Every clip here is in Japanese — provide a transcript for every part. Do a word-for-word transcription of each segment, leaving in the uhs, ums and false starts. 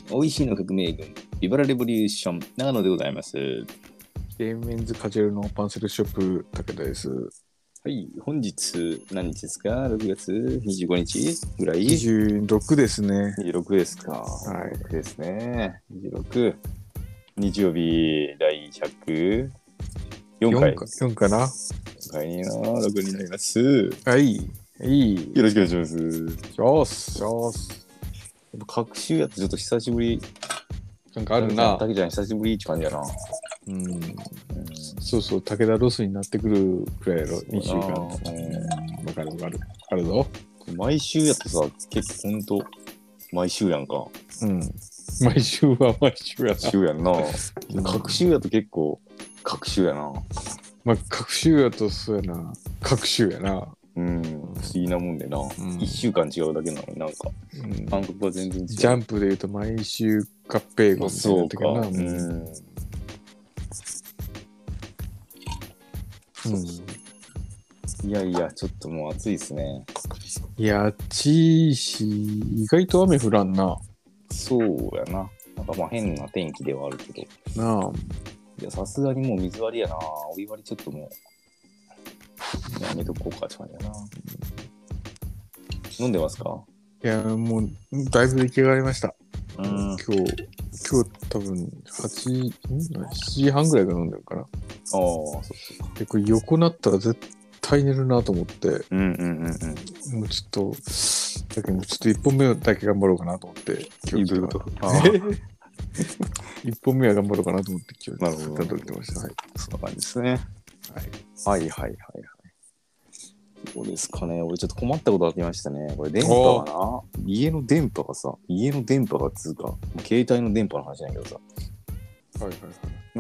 美味しいの革命軍ビバラレボリューション長野でございます。 ゲームメンズカジュアルのパンセルショップ武田です。 はい、本日何日ですか？ろくがつにじゅうごにちぐらい？ にじゅうろくですね。 にじゅうろくですか。 はい。 にじゅうろくですね。にじゅうろく。日曜日第ひゃくよんかい。 よんか、よんかな。 よんかいのろくになります。 はい。はい。 よろしくお願いします。 しょーす。しょーす。 やっぱ各週やってちょっと久しぶり。 なんかあるな。 たけちゃん久しぶりって感じやな。 うん。そうそう、武田ロスになってくるくらいやろ、にしゅうかん。うん。わかるわかる。わかるぞ。 毎週やってさ、結構ほんと、毎週やんか。 うん。毎週は毎週やな。 週やんな。各週やと結構、各週やな。 まあ、各週やとそうやな。各週やな。 うん。不思議なもんでな。 うん、 いっしゅうかん違うだけなのになんか、 うん、 感覚は全然違う。 ジャンプで言うと毎週合併号みたいになってくるな。 そうか。うん。うん、いやいや、ちょっともう暑いですね。 いや、暑いし、意外と雨降らんな。 そうやな。なんかまあ変な天気ではあるけど。 なあ。 いや、さすがにもう水割りやな。お湯割りちょっともう、やめとこうかって感じやな。飲んでますか？ いや、もう、だいぶ出来上がりました。 うん、 今日、今日多分、はち、ん ?しち 時半ぐらいから飲んでるかな。ああ、 そうそうで、これ横なったら絶対寝るなと思って、 うんうんうんうん。 もうちょっと、だけどちょっといっぽんめだけ頑張ろうかなと思って、 今日。いいこと。 いっぽんめは頑張ろうかなと思って、今日、 なるほど。 撮ってました。はい。 そんな感じですね。はい。はいはいはいはい。どうですかね。俺ちょっと困ったことがありましたね。これ電波がな、家の電波がさ、家の電波がつうか、携帯の電波の話なんやけどさ。 はいはいはい。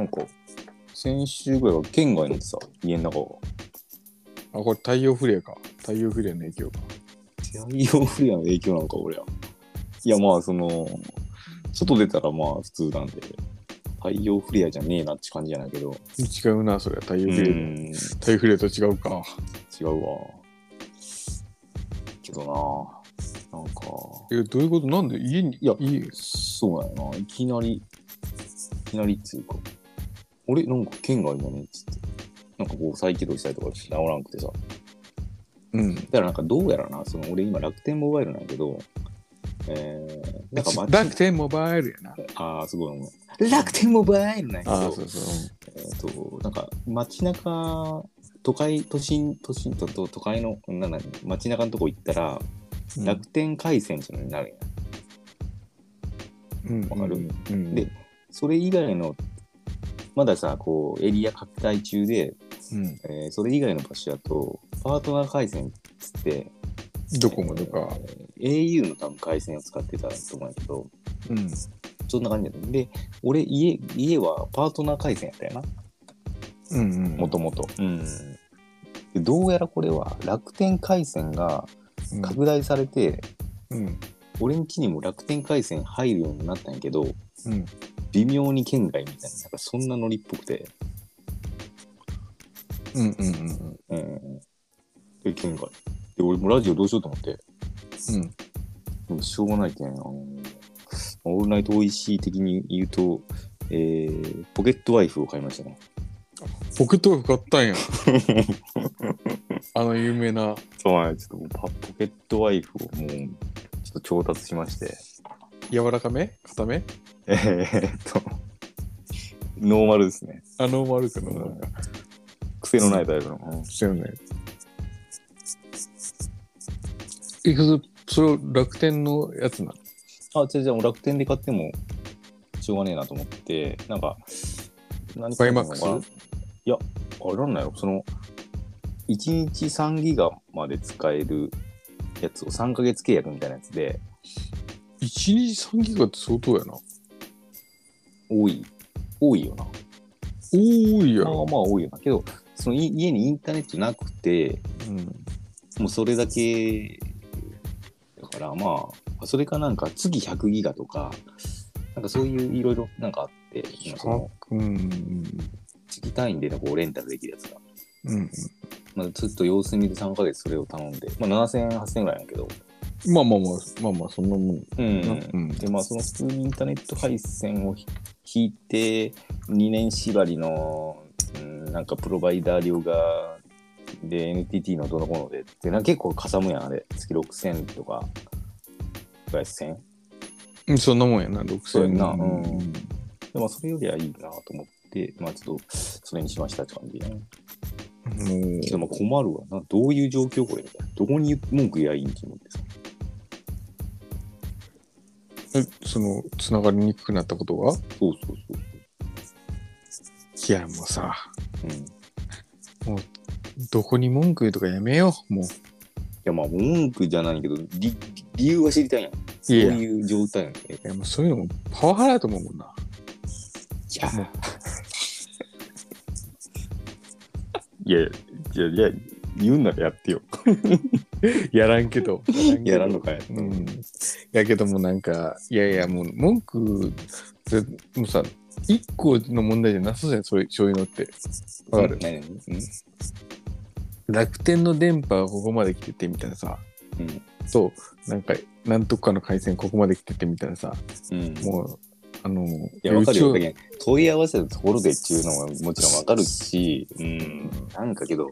なんか、先週ぐらいは県外のさ、家の中が。 あ、これ太陽フレアか。太陽フレアの影響か。 太陽フレアの影響なんか、俺は。いや、まあ、その、外出たらまあ普通なんで、太陽フレアじゃねえなって感じじゃないけど。 違うな、それは太陽フレア。太陽フレアと違うか。 違うわ。けどな、なんか。 え、どういうこと？なんで家に、 いや、 家そうやな。いきなり、いきなりっつうか。俺、なんか県外だねっつって。なんかこう再起動したりとか治らんくてさ。 うん。 だからなんかどうやらな、その俺今楽天モバイルなんやけど、えー、なんか街楽天モバイルやな。 ああ、すごい。楽天モバイルなんやけど、 ああ、そうそう。 えっ、ー、と、なんか街中、都会、都心、都心と都会の、なんだ、街中のとこ行ったら、うん、楽天回線っていうのになるんや。 うん。 わかる、 うんうん、 で、それ以外の、まださ、こう、エリア拡大中で、うんえー、それ以外の場所だと、パートナー回線っつって、 ドコモとか、 えー、エーユー の多分回線を使ってたと思うんやけど、 うん、 そんな感じだった。で、俺家、家はパートナー回線やったよな。 うんうん。 もともと。で、どうやらこれは楽天回線が拡大されて、うん、俺ん家にも楽天回線入るようになったんやけど、うん、微妙に県外みたいな、なんかそんなノリっぽくて。 うんうんうんうん。 うん。で、県外。で、俺もラジオどうしようと思って。うん。でもしょうがないけん、あの、オールナイトおいしい的に言うと、えー、ポケットワイフを買いましたね。 ポケットワイフ買ったんや。あの有名な。 そうなんです。ちょっとポケットワイフをもう、ちょっと調達しまして。 柔らかめ？硬め？ えーっと、ノーマルですね。 あ、ノーマルかな。なんか癖のないタイプの。うん、 癖のない。え、それ楽天のやつなの？あ、じゃじゃ楽天で買ってもしょうがねえなと思って、なんか、 何バイマックス？ いや、あれなんだよ。その、いちにちさんギガまで使えるやつをさんかげつ契約みたいなやつで。 いちにちさんギガって相当やな。 多い。多いよな。 多いやろ。 まあまあ多いよな。けど、その家にインターネットなくて、うん、もうそれだけだから、まあ、それかなんか月ひゃくギガとか、なんかそういういろいろなんかあって、今その、うん、月単位でこうレンタルできるやつが。うん、まあ、ずっと様子見でさんかげつそれを頼んで、まあななせんえん、はっせんえんぐらいなんやけど、 まあまあまあ、まあまあ、そんなもん。 うんうん、 でまあその普通にインターネット回線を引いてにねん縛りの、うん、なんかプロバイダー料がで エヌティーティー のどのこのでってなんか結構かさむやんあれ月ろくせんとかプライスせんうん、そんなもんやな、ろくせんな、うん、でもそれよりはいいなと思ってまあちょっとそれにしましたって感じね。 もうでも困るわな。どういう状況これみたいな。どこに文句言えばいいんって思ってさ。 え、その、つながりにくくなったことがそうそうそういや、もうさ、 うん。 もう、どこに文句言うとかやめよう、もう。 いやまあ文句じゃないけど、理理由は知りたいやん。そういう状態やん。いや、もうそういうのもパワハラだと思うもんな。 や、もう。いや、いや、いや、言うんならやってよ。 やらんけど。 やらんのかい。 うん。やけどもなんか、いやいや、もう文句、もうさ、一個の問題じゃなさそうじゃん、そういう、そういうのって。わかる、 何々うん楽天の電波がここまで来ててみたいなさ、 うんそう、なんか、なんとかの回線ここまで来ててみたいなさ、 うんもう、あの、いいや、わかるよ。 うち問い合わせたところでっていうのはもちろんわかるし、うん、なんかけど、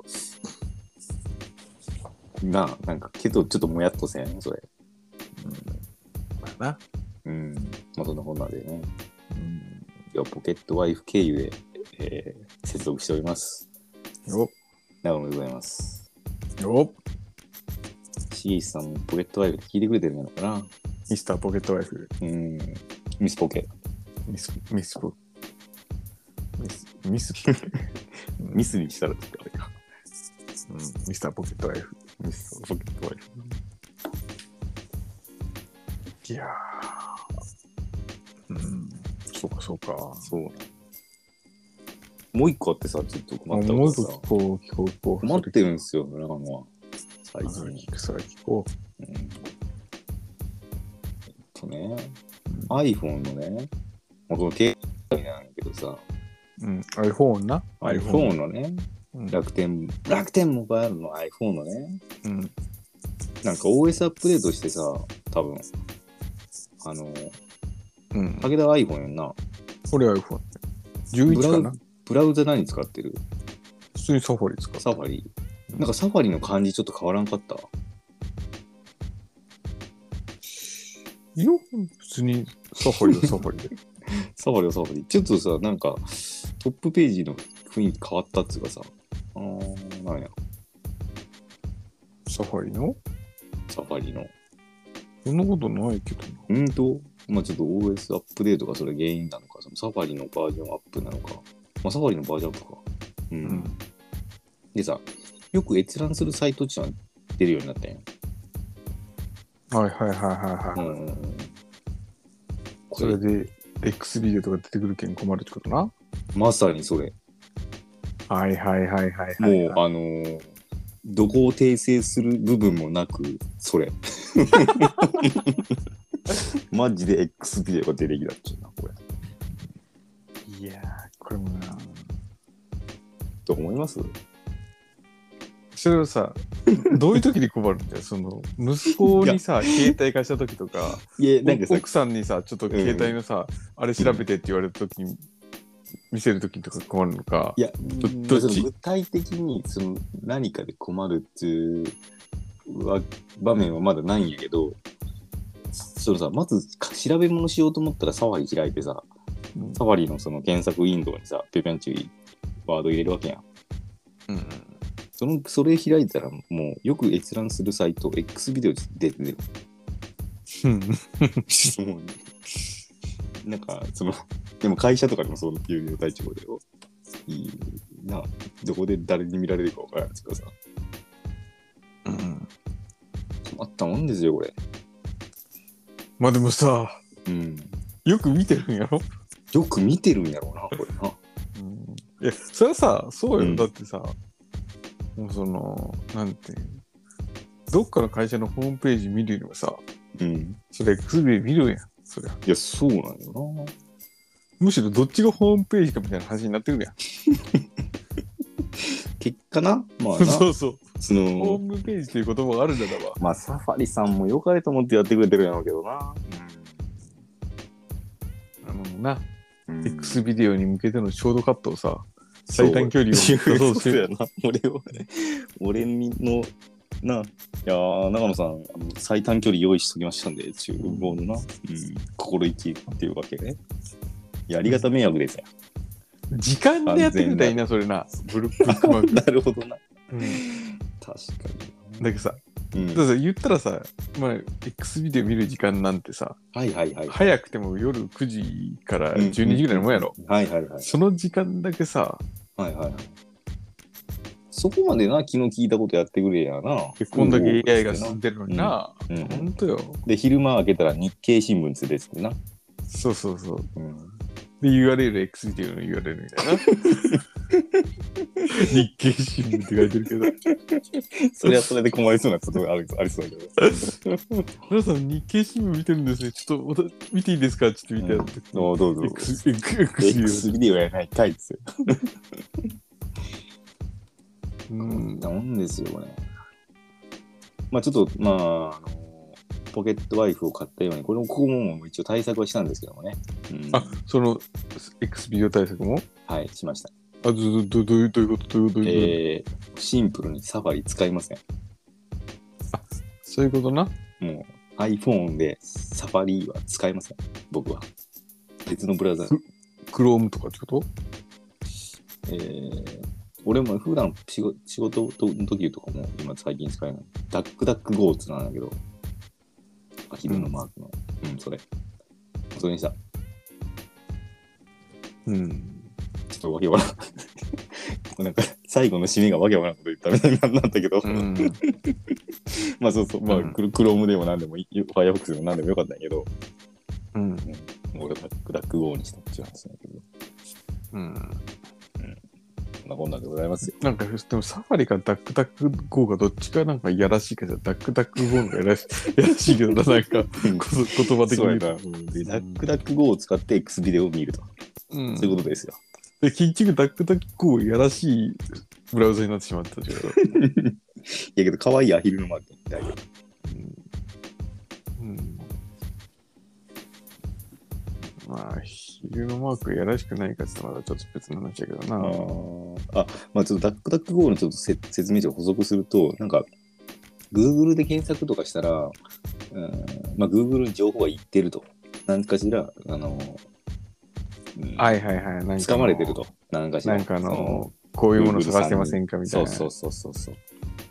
なあ、なんかけどちょっともやっとせん、それ。 うん、まあな。 うん、まあそんなこんなでね。 うん、 いやポケットワイフ経由で、えー、接続しております。 よ長野でございます。 よしげしさんもポケットワイフで聞いてくれてるのかな。 ミスターポケットワイフ。 うん、ミスポケ。 ミス、ミスポ、ミス、ミス、 ミスにしたらってあれか。 うん、ミスターポケットワイフ。 ミスポケットワイフ。 いやー、うん、そうかそうか。 そうな。もう一個あってさ、ちょっと困ったもうことさ。 一個聞こう、聞こう、聞こう。 困ってるんですよ、長野は。最それ近。 聞く、それ聞こうん、えっとね、iPhone のね、まあ、この携帯なんやけどさ、 う。うん、iPhone な。 iPhone のね、 うん、 楽天、楽天モバイルの iPhone のね、 うん、 なんか オーエス アップデートしてさ、多分、あの、 うん。 武田 iPhone やんな。 これ iPhone。じゅういちかな。 ブラウザ何使ってる？ 普通にサファリ使う。 サファリ。なんかサファリの感じちょっと変わらんかった？ いや、普通にサファリはサファリで。 サファリはサファリ。ちょっとさ、なんかトップページの雰囲気変わったっつうかさ、あー、なんや、 サファリのサファリの。 そんなことないけどな。 うんと、まあちょっと オーエス アップデートがそれ原因なのか、そのサファリのバージョンアップなのか、まあサファリのバージョンアップか。うん。 うん、 でさ、よく閲覧するサイトっていうのは出るようになったんや。 はいはいはいはいはい。 うんうんうん。 それで X ビデオとか出てくるけん困るってことな。 まさにそれ。 はいはいはいはい、はい。 もう、あのー、どこを訂正する部分もなく、それ。マジで X ビデオが出てきたっちゅうな、これ。 いやー、これもな。 どう思います？ それをさ、どういう時に困るんだよ。その、息子にさ、携帯貸した時とか、 いや、なんかさ、 奥さんにさ、ちょっと携帯のさ、うん、あれ調べてって言われた時に、見せる時とか困るのか。 いや、 どどっち？ 具体的にその何かで困るっていう場面はまだないんやけど、そのさ、まず調べ物しようと思ったらサファリ開いてさ、うん、サファリのその検索ウィンドウにさ、ペペンチュワード入れるわけやん。うん。そのそれ開いたらもうよく閲覧するサイト X ビデオで出てる。なんかそのでも会社とかでもそういう状態地方だよ。いいな、どこで誰に見られるか分からないですけどさ。うん。困ったもんですよこれ。 まあでもさ、 うん。 よく見てるんやろ？ よく見てるんやろうなこれな。 うん。いやそれはさ、そうよ、うん、だってさ。もうその、なんていう、どっかの会社のホームページ見るよりもさ、うん。それ X ビデオ見るやん、そりゃ。 いや、そうなんよな。 むしろどっちがホームページかみたいな話になってくるやん。 結果な、まあな。 そうそう。 そのホームページという言葉があるんだわ。 まあサファリさんも良かれと思ってやってくれてるんやろうけどな。 あのな、 うん、 X ビデオに向けてのショートカットをさ、最短距離を出そうしてる。そうやな。俺を、俺の、な、いやー、長野さん、最短距離用意しときましたんで、厨房のな、うん、心意気っていうわけね。いや、ありがた迷惑ですよ。 時間でやってくれたらいいな、それな。ブルックマーク。 なるほどな。 うん、 確かに。 だけどさ、 うん、 だから言ったらさ、まあ、X ビデオ見る時間なんてさ、 はいはいはい、 早くても夜くじからじゅうにじぐらいのもんやろ、 うんうんうん。はいはいはい。 その時間だけさ、 はいはいはい。そこまでな、気の利いたことやってくれやな。 こんだけ エーアイ が進んでるのにな。 うんうん、 ほんとよ。 で、昼間開けたら日経新聞つですってな。 そうそうそう。 うん、 で、ユーアールエル、X ビデオの ユーアールエル みたいな。日経新聞って書いてるけど。 それはそれで困りそうなことがあるありそうだけど。 皆さん、日経新聞見てるんですね。ちょっと見ていいですか？ちょっと見てやって。 うん、おどうぞ。 X, X ビデオやないかいですよ。 うん。 なんですよね。まあちょっと、まあ、あの、ポケットワイフを買ったように、これもここも一応対策はしたんですけどもね。 うん、あ、その X ビデオ対策もはい、しました。 あ、ど、ど、どういう、どういうこと、どういうこと、 えー、シンプルにサファリ使いません。 あ、そういうことな。 もう iPhone でサファリは使いません。僕は。別のブラウザー。 Chrome とかってこと？ えー、俺も普段仕事仕事の時とかも今最近使えない。ダックダック ゴー ってなんだけど、アヒルのマークの。うん、うん、それ。それにした。 うん。 ちょっとわけわからん。なんか最後の締めがわけわからんこと言ったみたいになったけど。うん、まあそうそう。まあ、うん、Chrome でも何でも、Firefox でも何でもよかったんやけど。 うん。うん、 俺はダックダック ゴー にしたっていう話なんだけど。うん。うん。そんなこんなんでございますよ。 なんか、でもサファリかダックダック ゴー がどっちかなんかいやらしいかじゃ、ダックダック ゴー のがやらしい、やらしいけどな、なんか、言葉的に言うと。 うん、でダックダック ゴー を使って X ビデオを見ると。うん、そういうことですよ。 で、結局ダックダック ゴー やらしいブラウザになってしまったじゃん。いやけど、可愛いアヒルのマークみたいな。 うん。うん。まあ、ヒルのマークやらしくないかってまだちょっと別の話だけどな。 ああ、まあちょっとダックダック ゴー のちょっと説明書を補足すると、なんか、Google で検索とかしたら、うん、まあ Google に情報がいってると。何かしら、あの、 うん、はいはいはい。 なんか掴まれてると。何かしら。 なんかあの、こういうもの探せませんかみたいな。 そうそうそうそう。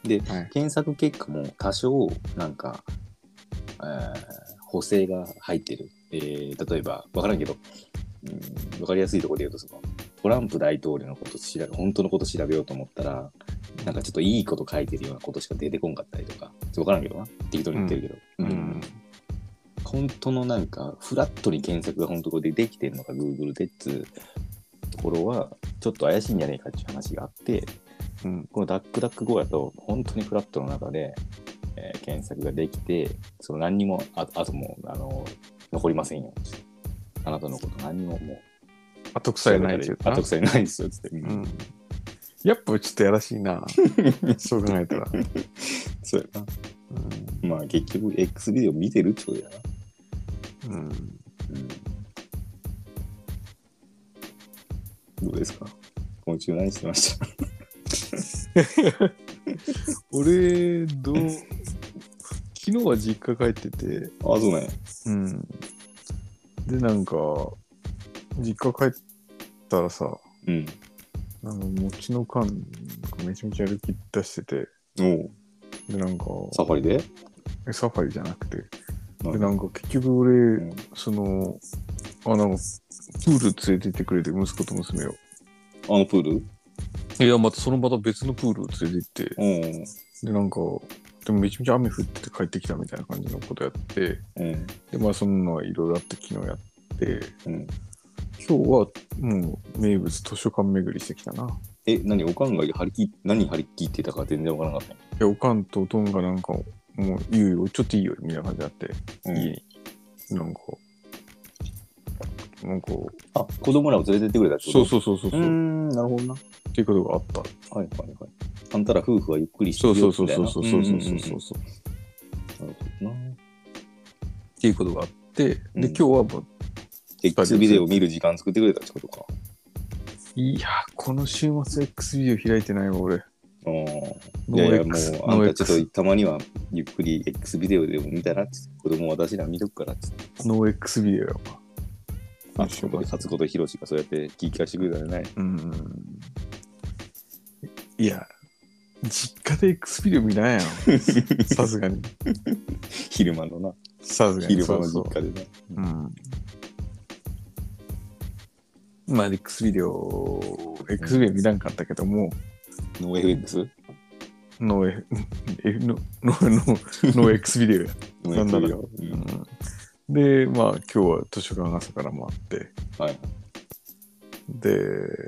で、はい、検索結果も多少、なんか、えー、補正が入ってる。えー、例えば、わからんけど、うん、わかりやすいところで言うと、そのトランプ大統領のこと調べ、本当のこと調べようと思ったら、なんかちょっといいこと書いてるようなことしか出てこんかったりとか、わからんけどな、適当に言ってるけど、うんうん、本当のなんかフラットに検索が本当これでできてるのか Google でっつうところはちょっと怪しいんじゃねえかっていう話があって、うん、このダックダック ゴー だと本当にフラットの中で、えー、検索ができて、その何にもああともうあの残りませんよ。あなたのこと何にももう後腐れないですよ。 後腐れないですよつって、 うん。やっぱちょっとやらしいな。そう考えたら。 そうやな。うん、まあ結局 X ビデオ見てるってことやな。うん。うん、どうですか？今週何してました？ 俺どう昨日は実家帰ってて。 あ、そうね。 うん。でなんか実家帰ったらさ、うん。なんか餅の缶めちゃめちゃ歩き出してて、おうでなんかサファリで？ サファリじゃなくて、でなんか結局俺、うん、そのあのプール連れて行ってくれて息子と娘を。 あのプール？ いやまたそのまた別のプールを連れて行って、うん、でなんかでもめちゃめちゃ雨降ってて帰ってきたみたいな感じのことやって、うん、でまあそんなのいろいろあって昨日やって、うん、今日はもう名物図書館巡りしてきたな。 え、何おかんが張り切何張り切ってたか全然わからなかった。いやおかんとおとんがなんかもういいよちょっといいよみたいな感じになって、うん、家になんかなんかあ、子供らを連れてってくれたってこと？ そうそうそうそう。うーん、なるほどな。っていうことがあった。 はいはいはい。あんたら夫婦はゆっくりしてるよみたいな。 そうそうそうそうそうそうそう。なるほどな。 っていうことがあって、で、うん、今日はもう X ビデオ見る時間作ってくれたってことか。 いや、この週末 X ビデオ開いてないわ、俺。 あいやいや、もう、あんたちょっとたまにはゆっくり X ビデオでも見たらって、子供私ら見とくからって。 ノー X ビデオやわ。 あ、そこで初子とひろしがそうやって聞き返してくれたらね。 うん。いや、実家で X ビデオ見ないやん。さすがに。 昼間のな。 さすがに。 昼間の実家でな。 うん。まあ、X ビデオ、X ビデオ見らんかったけども。 ノー エフエックス？ ノー F、ノー、ノー X ビデオや。なんだろう。で、まあ、今日は図書館朝から回って。 はい。で、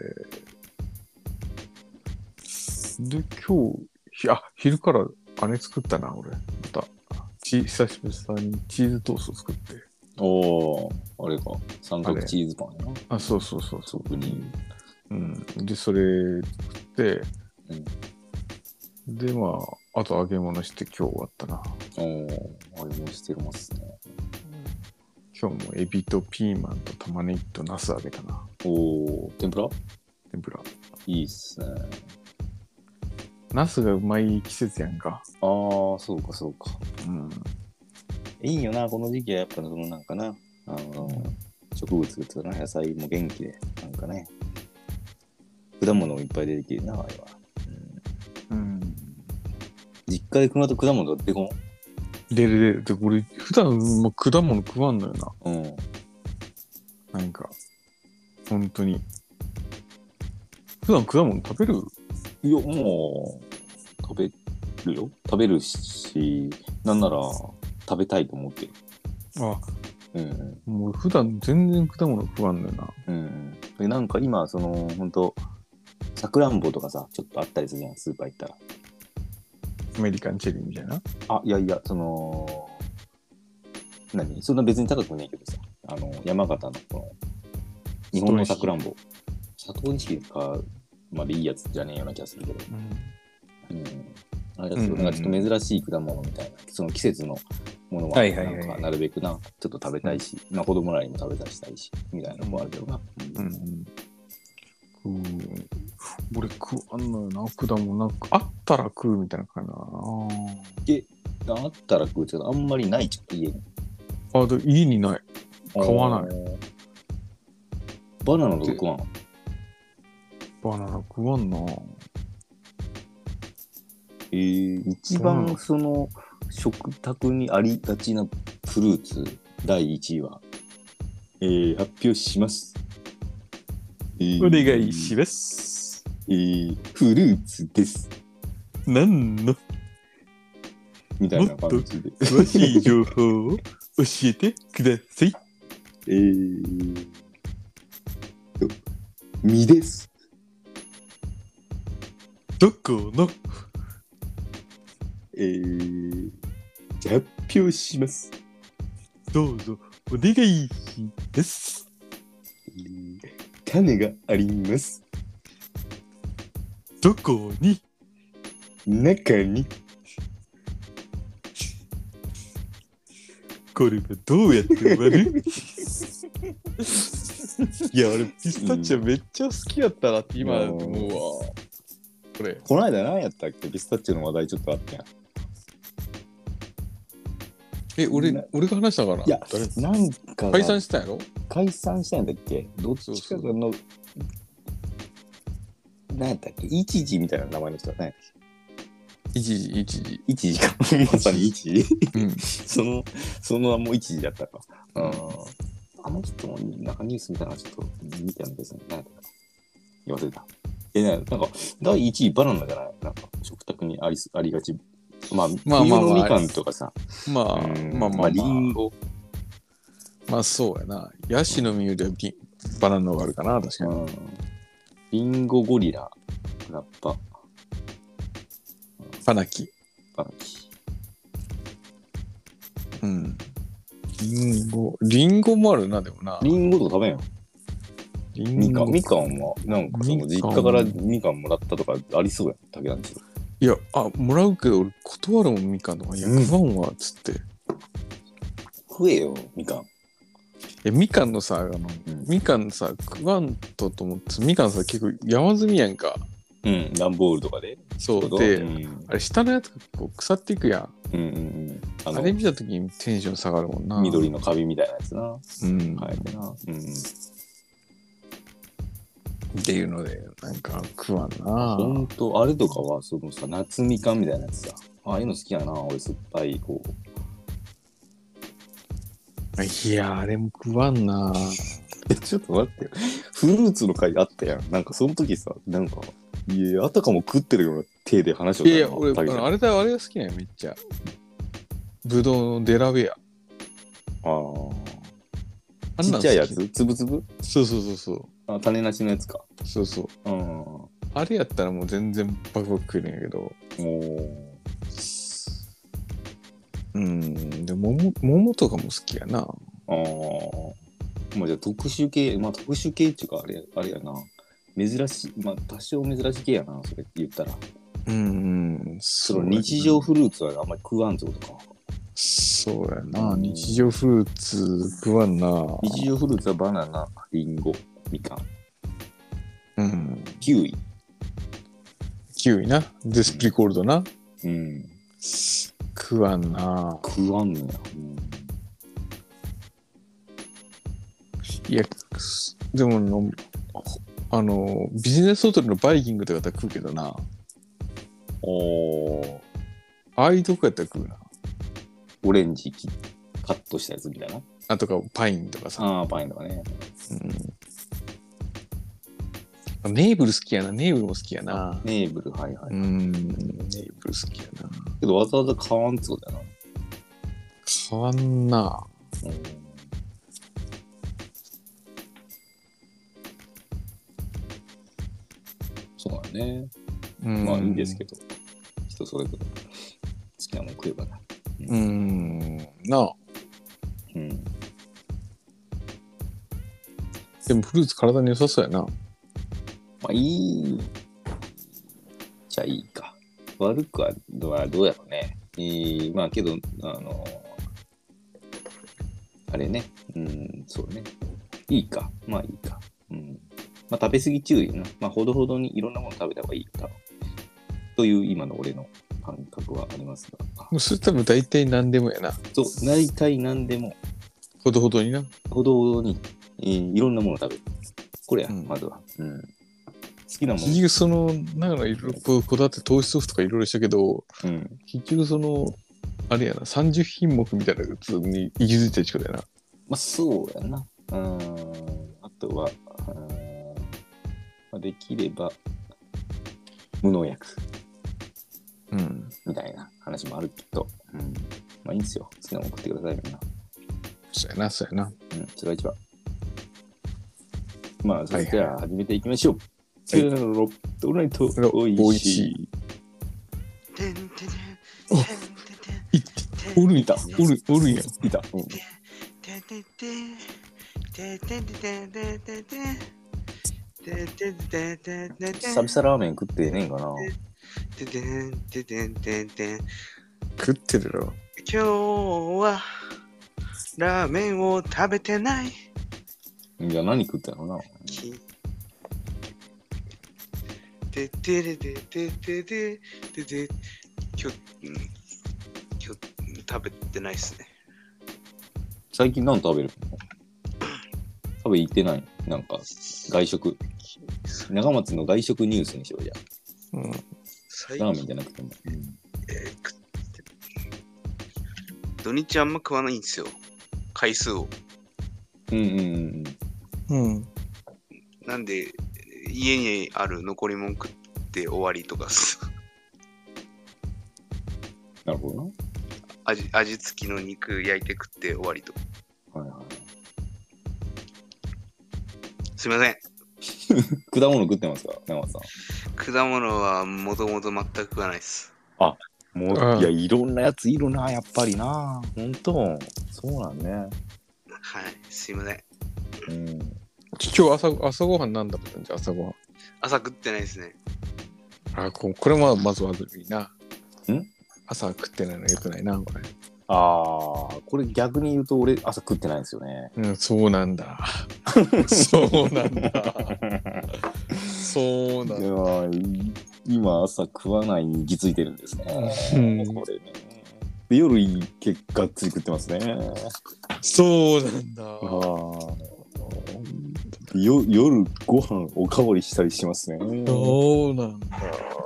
で、今日、あ、昼からあれ作ったな、俺。また、ち久しぶりにチーズトースト作って。 おー、あれか。三角チーズパンやな。 あ、そうそうそう。 特に。 うん。で、それ作って、うん、で、まあ、あと揚げ物して今日終わったな。 おー、揚げ物してますね。 今日もエビとピーマンと玉ねぎとナス揚げたな。 おー、天ぷら？ 天ぷら。 いいっすね。 ナスがうまい季節やんか。 あー、そうかそうか。 うん。 いいよな、この時期はやっぱそのなんかな、あの、植物とか野菜も元気で、なんかね、果物もいっぱい出てきてるな、あれは。うん。うん、実家で熊と果物出てこん？ 出る出る。で、俺、普段も果物食わんのよな。 うん。 なんか、本当に。普段果物食べる？ いや、もう、食べるよ。食べるし、なんなら食べたいと思ってる。 あ、 うん、 うん。もう普段全然果物食わんのよな。 うん。で、なんか今、その、ほんと、さくらんぼとかさ、ちょっとあったりするじゃん、スーパー行ったら。 アメリカンチェリーみたいな。 あ、いやいや、その、何そんな別に高くないけどさ、あの、山形のこの、日本のさくらんぼ。佐藤錦かまでいいやつじゃねえような気がするけど。うん。うん、あれだと、なんかちょっと珍しい果物みたいな、その季節のものは、なんかなるべくな、ちょっと食べたいし、まあ子供らにも食べたりしたいし、みたいなのもあるけどな。うん。 うん。俺食わんのよな、果物なんかあったら食うみたいな感じだな。 え、あったら食うけど、あんまりないじゃん、家に。 あ、で家にない。買わない。 バナナとか食わん？ バナナ食わんな。 えー、一番その食卓にありがちなフルーツだいいちいは、えー、発表します。 えー、お願いします。 えー、フルーツです。 なんのみたいな感じで。 詳しい情報を教えてください。 えーと、実です。 どこのえー、じゃ発表します。 どうぞお願いします。 えー、種があります。 どこに？ 中に。 これはどうやって割る？いや、俺ピスタチオめっちゃ好きやったなって今思うわ。これ。 この間何やったっけ？ピスタチオの話題ちょっとあったやん。 え、俺、俺が話したかな？ いや、なんか。 解散したんやろ？ 解散したんだっけ？どっちかがの、何やったっけ？一時みたいな名前の人は何やったっけ？ 一時、一時。 一時か。まさに一時。 うん、 その、その名も一時だったか。うん、あの人もなんかニュースみたいなのちょっと見たんですね。何やったか。忘れた。え、なんか、だいいちいバナナじゃない？なんか、食卓にあり、ありがち。まあ、 まあまあまあ、 冬のみかんとかさ。 まあ、まあまあまあ。 リンゴ。 まあそうやな。ヤシの実よりはバナナの方があるかな、確かに。 リンゴ、ゴリラ、ラッパ。 パナキ。 パナキ。 うん。リンゴ。リンゴもあるな、でもな。 リンゴとか食べんよ。 みかん、みかんは、なんかその実家からみかんもらったとかありそうやん、竹団地。 いや、あ、もらうけど俺断るもん、みかんとか。いや、食わんわ、つって。 食えよ、みかん。 え、みかんのさ、あの、うん、みかんさ、食わんとと思って、みかんさ、結構山積みやんか。 うん、段ボールとかで。 そうで、うん、あれ下のやつがこう腐っていくやん。 うんうんうん。 あ, あれ見たときにテンション下がるもんな。 緑のカビみたいなやつな。 うん。 生えてな。うん。 っていうので、なんか食わんな。 ほんと、あれとかは、そのさ、夏みかんみたいなやつさ。ああいうの好きやな、俺酸っぱい、こう。 いや、あれも食わんな。 ちょっと待ってよ。フルーツの回あったやん。なんかその時さ、なんか、いや、あたかも食ってるような手で話をした。いや、俺、あれだ、あれが好きなんや、めっちゃ。ぶどうのデラウェア。 ああ。ちっちゃいやつつぶつぶそうそうそうそう。 あ、種なしのやつか。 そうそう。うん。あれやったらもう全然バクバク食えるんやけど。おうん。でも桃、桃とかも好きやな。ああ。 まあじゃあ特殊系、まあ特殊系っていうかあれ、あれやな。珍しい、まあ多少珍しい系やな、それって言ったら。 うんうん。 その日常フルーツはあんまり食わんぞとか。 そうやな、うん、日常フルーツ食わんな。 日常フルーツはバナナ、リンゴ、みかん。 うん。 キウイ。 キウイな。デスプリコールドな。 うん。 食わんな。 食わんのや。うん、 いや、でもの、あの、ビジネスホテルのバイキングとかだったら食うけどな。おー。ああいうとこやったら食うな。 オレンジカットしたやつみたいな。 あとかパインとかさ。 ああ、パインとかね。 うん。ネーブル好きやな。ネーブルも好きやな。 ネーブル、はいはい。 うん。ネーブル好きやな。 けどわざわざ買わんつうだよな。 買わんな。うん。 そうだね。うん。まあいいんですけど。人それぞれ好きなもん食えばな。 うん、なあ。うん。でもフルーツ体に良さそうやな。まあいい。じゃあいいか。悪くはどうやろうね。えー、まあけど、あの、あれね。うん、そうね。いいか。まあいいか。うん。まあ食べ過ぎ注意な。まあほどほどにいろんなもの食べた方がいいか。という今の俺の感覚はありますが。 それ多分大体何でもやな。 そう、大体何でも。 ほどほどにな。 ほどほどに、えー、いろんなものを食べる。これや、うん、まずは。うん。好きなもの。 結局その、なんかいろいろこだわって糖質オフとかいろいろしたけど、うん、結局その、あれやな、さんじゅう品目みたいなやつに行き着いた力やな。 まあそうやな。うん。あとは、うん、できれば、無農薬。うん、みたいな話もあるけど、うん、まあいいんですよ。好きなもの食ってくださいみんな。 そうやな、そうやな。 うん、それが一番。まあ、それじゃあ始めていきましょう。はい、はい、ロットナイトおいしい。 おるいた、おる、おるやん。 いた。うん、久々ラーメン食ってねえんかな。 ててんててんてんてん食ってるろ。今日はラーメンを食べてない。 いや、何食ったのな。 ててれてててててて今日、うん、今日食べてないっすね。 最近何食べるの？多分行ってない。なんか外食。長松の外食ニュースにしようじゃん。うん。ラーメンじゃなくても、うん、えー、食って土日あんま食わないんですよ、回数を。 うんうんうんうん。 なんで家にある残り物食って終わりとかす。 なるほどな。 味味付きの肉焼いて食って終わりとか。はいはい。すいません。 果物食ってますか、長松さん。 果物はもともと全く食わないです。 あ、もう、いや、いろんなやついるな、やっぱりな。ほんと。そうなんね。 はい、すいません。 うん。 今日朝、朝ごはんなんだったんじゃ、朝ごはん。 朝食ってないですね。 あ、ここれはまず悪いな。 ん朝食ってないのよくないな、これ。 ああ、これ逆に言うと俺朝食ってないんですよね。 うん、そうなんだ。そうなんだ。そうなんだ。 いや今朝食わないに行き着いてるんですね。 うんこれね。で夜結果がっつり食ってますね。 そうなんだ。 あよ夜ご飯おかわりしたりしますね。 そうなんだ。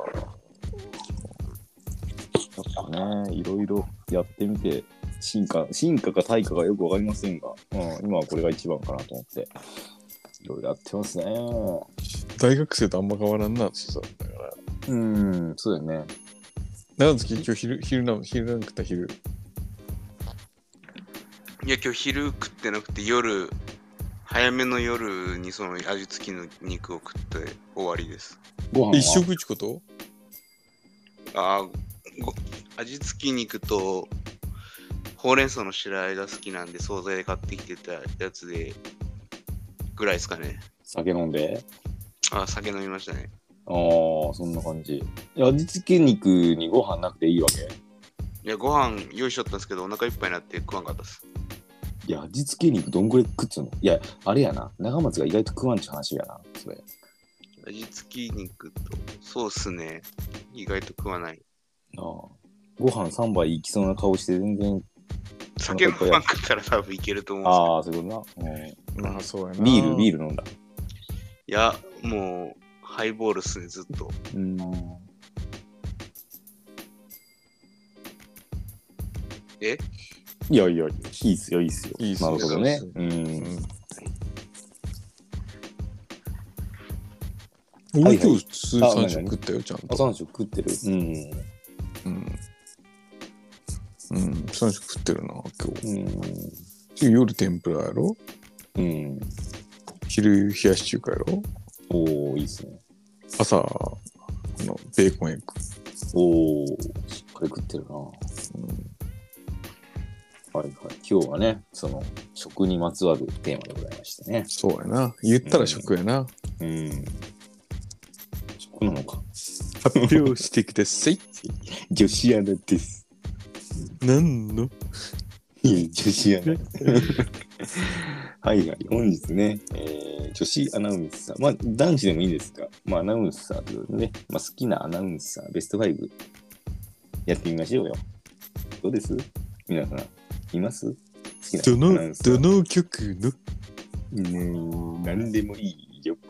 やっぱね、いろいろやってみて進化進化か退化かよくわかりませんが、うん、今はこれが一番かなと思っていろいろやってますね。 大学生とあんま変わらんな、そうだから。 うん、そうだよね。 なんです今日昼昼な昼なん食った昼。 いや今日昼食ってなくて夜早めの夜にその味付きの肉を食って終わりです。 ご飯は一食ってこと？ あご味付き肉とほうれん草の白和えが好きなんで惣菜で買ってきてたやつでぐらいですかね。 酒飲んで。 あ酒飲みましたね。 ああ、そんな感じ。いや味付け肉にご飯なくていいわけ？ いやご飯用意しとったんですけどお腹いっぱいになって食わんかったっす。 いや味付け肉どんぐらい食っつうの？いやあれやな、長松が意外と食わんちゅう話やなそれ。 味付き肉とそうっすね、意外と食わない。 ああ、ご飯さんばいいきそうな顔して全然酒飲まんかったら多分いけると思うんですけど。 ああ、そういうことな。うん、 まあそうやな。 ビール、ビール飲んだ。 いや、もう、ハイボールっすね、ずっと。 うん。 えいやいや、いいっすよ、いいっすよ。 いいっすよなるほどね。うん。 俺、 はいはい、 今日普通さん食食ったよ、ちゃんと。 あ、さん食食ってる。うん。 うん。うん、さん食食ってるな、今日。 うん。 夜天ぷらやろ？ うん。 昼冷やし中華やろ？ おー、いいっすね。 朝、あのベーコンエッグ。 おー、しっかり食ってるな。うん、はいはい。今日はね、その、食にまつわるテーマでございましてね。 そうやな。言ったら食やな。 うん。うん、食なのか。 発表してください。 女子アナです。 何の？ いや、女子アナ。はいはい。本日ね、えー、女子アナウンサー。まあ、男子でもいいですが、まあ、アナウンサーということでね、まあ、好きなアナウンサー、ベストごやってみましょうよ。どうです？皆さん、います？好きなアナウンサー。 どの、どの曲の？ うーん、何でもいいよ。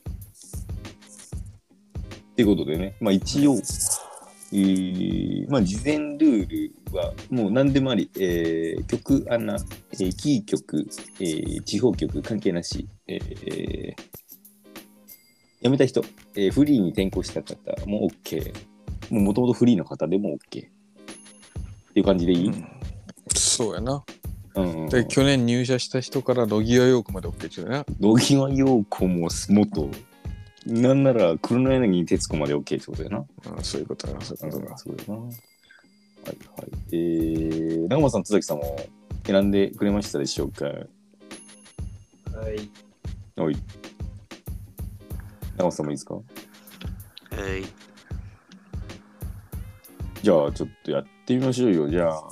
ってことでね、まあ一応、えー、まあ事前ルールはもう何でもあり、えー、曲穴、えー、キー曲、えー、地方曲関係なし、えー、辞めた人、えー、フリーに転向した方も OK。もともとフリーの方でも OK。っていう感じでいい？うん、 そうやな。 うんうん、 で去年入社した人からロギアヨークまで OK って言うね。 ロギアヨークも元。なんなら黒柳徹子まで OK ってことやな。 ああ、そういうことやな。そういうことだ。 そうだな。はいはい。えー、長間さん、津崎さんも選んでくれましたでしょうか？はい。はい。長間さんもいいですか？はい。じゃあ、ちょっとやってみましょうよ。じゃあ。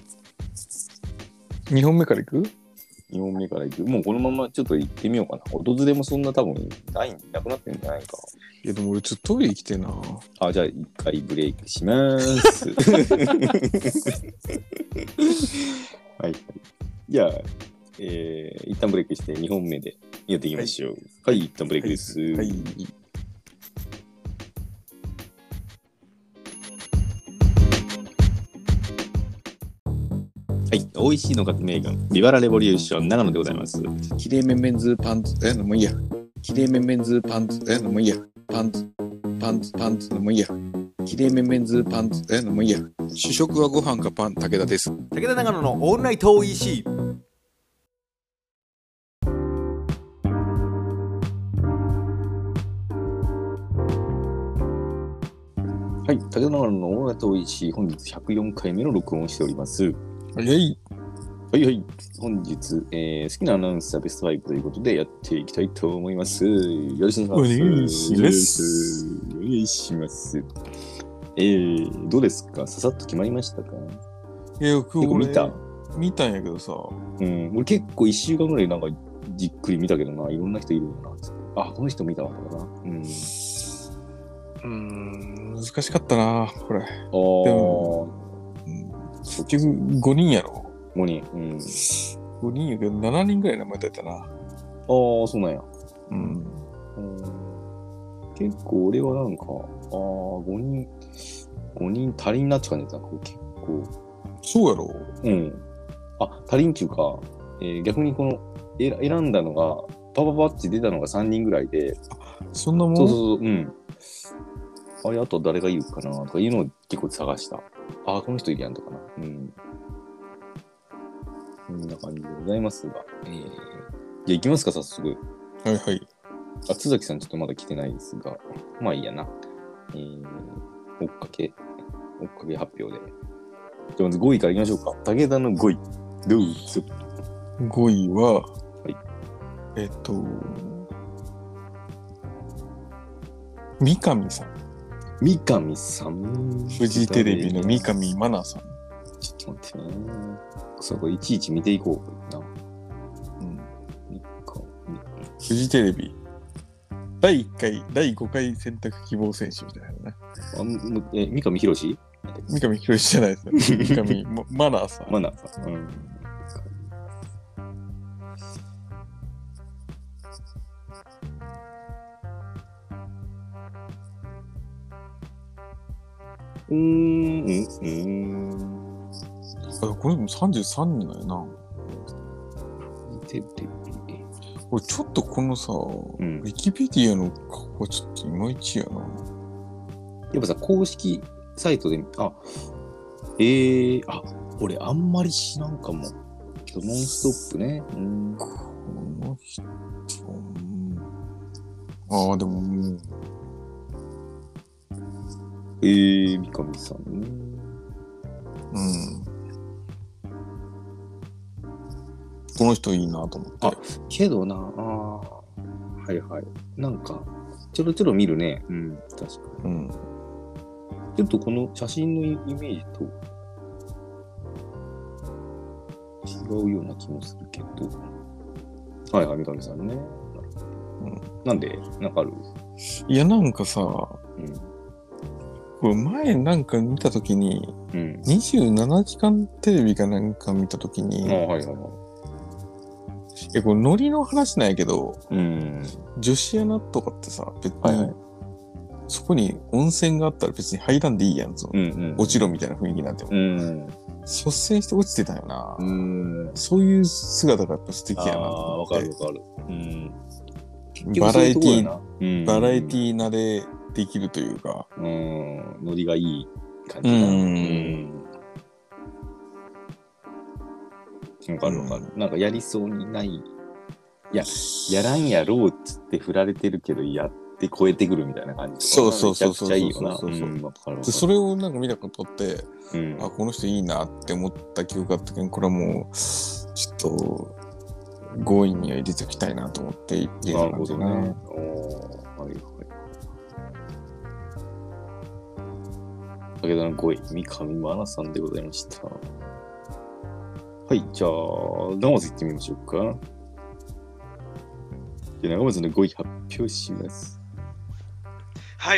にほんめからいく？ にほんめからいく。もうこのままちょっと行ってみようかな。訪れもそんな多分ない、なくなってんじゃないか。 いやでも俺ちょっとトイレ行きてえな。 あ、じゃあ一回ブレイクしまーす。はい。じゃあ、えー、一旦ブレイクしてにほんめでやっていきましょう。はい、はい、一旦ブレイクです。はい。はいはい、美味しいの革命軍ビバラレボリューション長野でございます。 きれいめんめんズパンツえのもいいや。きれいめんめんズパンツえのもいいや。パンツパンツパンツのもいいや。きれいめんめんズパンツえのもいいや。主食はご飯かパン。武田です。 武田長野のオールナイト イーシー。 はい、武田長野のオールナイト イーシー、本日ひゃくよんかいめの録音をしております。 はい。 はいはい、本日、えー、好きなアナウンサーベストファイブということでやっていきたいと思います。よろしくお願いします。お願いします。えー、どうですか？ささっと決まりましたか？ いや、結構見た見たんやけどさ。 うん、俺結構いっしゅうかんぐらいなんかじっくり見たけどな、いろんな人いるよな。あ、この人見たわとかな。うん。うーん、難しかったな、これ。ああ。でも、うん、結局ごにんやろ。 ごにん。うん。 ごにんやけど、しちにんぐらい名前出たな。ああ、 そうなんや。 うん。 結構俺はなんか、ああ、ごにん、ごにん足りんなって感じだった。結構。 そうやろ。 うん。あ、足りんっていうか、えー、逆にこのえ選んだのが、パパパって出たのがさんにんぐらいで。 そんなもん？ そうそうそう、うん。あれ、あと誰がいるかなとかいうのを結構探した。ああ、この人いるやんとかな。うん。こんな感じでございますが。えー、じゃあ行きますか、早速。 はいはい。 あ、津崎さんちょっとまだ来てないですが。まあいいやな。えー、追っかけ、追っかけ発表で。じゃあまずごいから行きましょうか。武田のごい。どうぞ。 ごいは、 はい、 えっと、三上さん。 三上さん。 フジテレビの三上真奈さん。 ちょっと待ってね。そこいちいち見ていこうな。うん。 フジテレビ。だいいっかい、だいごかい選択希望選手みたいなね。 あ、え、三上博史？ 三上博史じゃないですね。三上マナーさん。 マナーさん。うん。うーん、うん、うん。 あ、これもさんじゅうさんにんだよな。これちょっとこのさ、うん、ウィキペディアの顔はちょっといまいちやな。 やっぱさ、公式サイトで、あ、えー、あ、俺あんまり知らんかも。ノンストップね。うん、 この人、ああ、でももう。 えー、三上さんね。 うん。この人いいなと思って。 あ、けどな、あはいはい。なんか、ちょろちょろ見るね。うん、確かに。うん。ちょっとこの写真のイメージと違うような気もするけど。はいはい、三上さんね。うん、なんでなんかある？ いや、なんかさ、うん、これ前なんか見たときに、うん、にじゅうななじかんテレビかなんか見たときに、あ、はいはいはい。え、これノリの話なんやけど、うん、女子アナとかってさ、別に、はいはい、そこに温泉があったら別に入らんでいいやんぞ。うんうん、落ちろみたいな雰囲気なんても。うん、率先して落ちてたよな。うん、そういう姿がやっぱ素敵やなと思って。 あ、わかるわかる。うん、 バラエティー、うん、バラエティー慣れできるというか。 うん、ノリがいい感じだ。うん。わかるわかる。なんかやりそうにない。いや、やらんやろうっつって振られてるけど、やって超えてくるみたいな感じ。 そうそうそうそう。 めちゃくちゃいいよな。 そうそうそう。それをなんか見たことって、うん、あ、この人いいなって思った記憶があったけど、これはもう、ちょっと、ごいには入れておきたいなと思って入れた感じだな。なるほどね。おー、はいはい。武田のごい、三上真奈さんでございました。はい、じゃあ、長松行ってみましょうか。じゃあ、長松のごい発表します。 はい。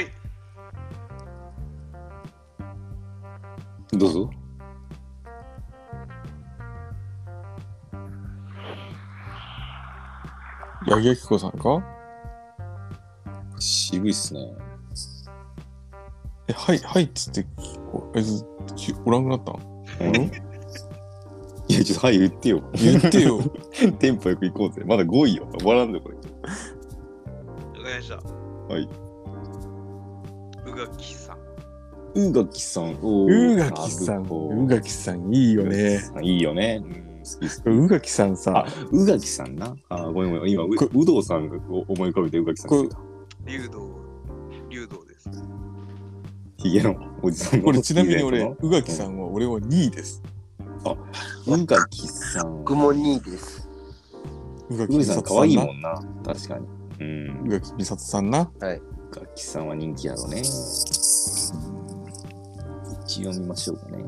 どうぞ。 八木亜希子さんか？ 渋いっすね。 え、はい、はいっつって、あいつ、おらんくなったん？うんいや、ちょっとはい言ってよ。 言ってよ。 テンポよく行こうぜ。まだごいよ。終わらんでこれ。 わかりました。 はい。 宇垣さん。 宇垣さん。 宇垣さん。宇垣さんいいよね。 いいよね。うん、好き好き。 宇垣さんさ。 あ、宇垣さんな。あ、ごめんごめん。今、有働さんが思い浮かべて宇垣さん好きだ。 竜道。竜道です。 ヒゲのおじさんの。 これちなみに俺、宇垣さんは俺はにいです。 あ、宇垣さん。 僕もにいです。 宇垣さん可愛いもんな。確かに。うん。 宇垣美里さんな。 はい。 宇垣さんは人気やろね。一応見ましょうかね。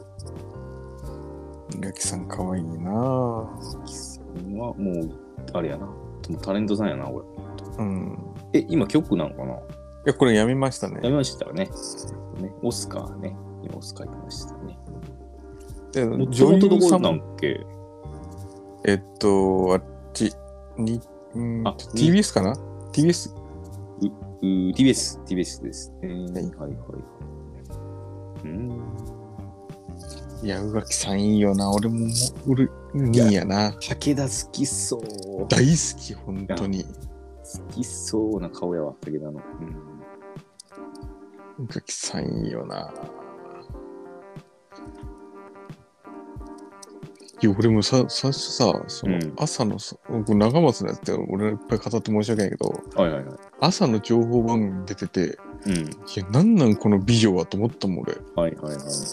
宇垣さん可愛いな。 宇垣さんはもう、あれやな。タレントさんやな、俺。 うん。 え、今局なのかな？いや、これやめましたね。 やめましたよね。ねオスカーね。今オスカー行きましたね。 で、 女優さんなんっけ？ えっと、あっち、に、んあ、ティービーエス かな？ ティービーエス？ う、う、ティービーエス、ティービーエス ですね。はいはいはい。うん。 いや、宇垣さんいいよな。俺も、俺、にいやな。 武田好きそう。 大好き、本当に。 好きそうな顔やわ、武田の。 宇垣さんいいよな。いや、俺もさ、最初さ、その、朝のさ、うん、長松のやつって俺いっぱい語って申し訳ないけど、 はいはいはい。 朝の情報番組出てて、 うん。いや、なんなんこの美女はと思ったもん、俺。 はいはいはい。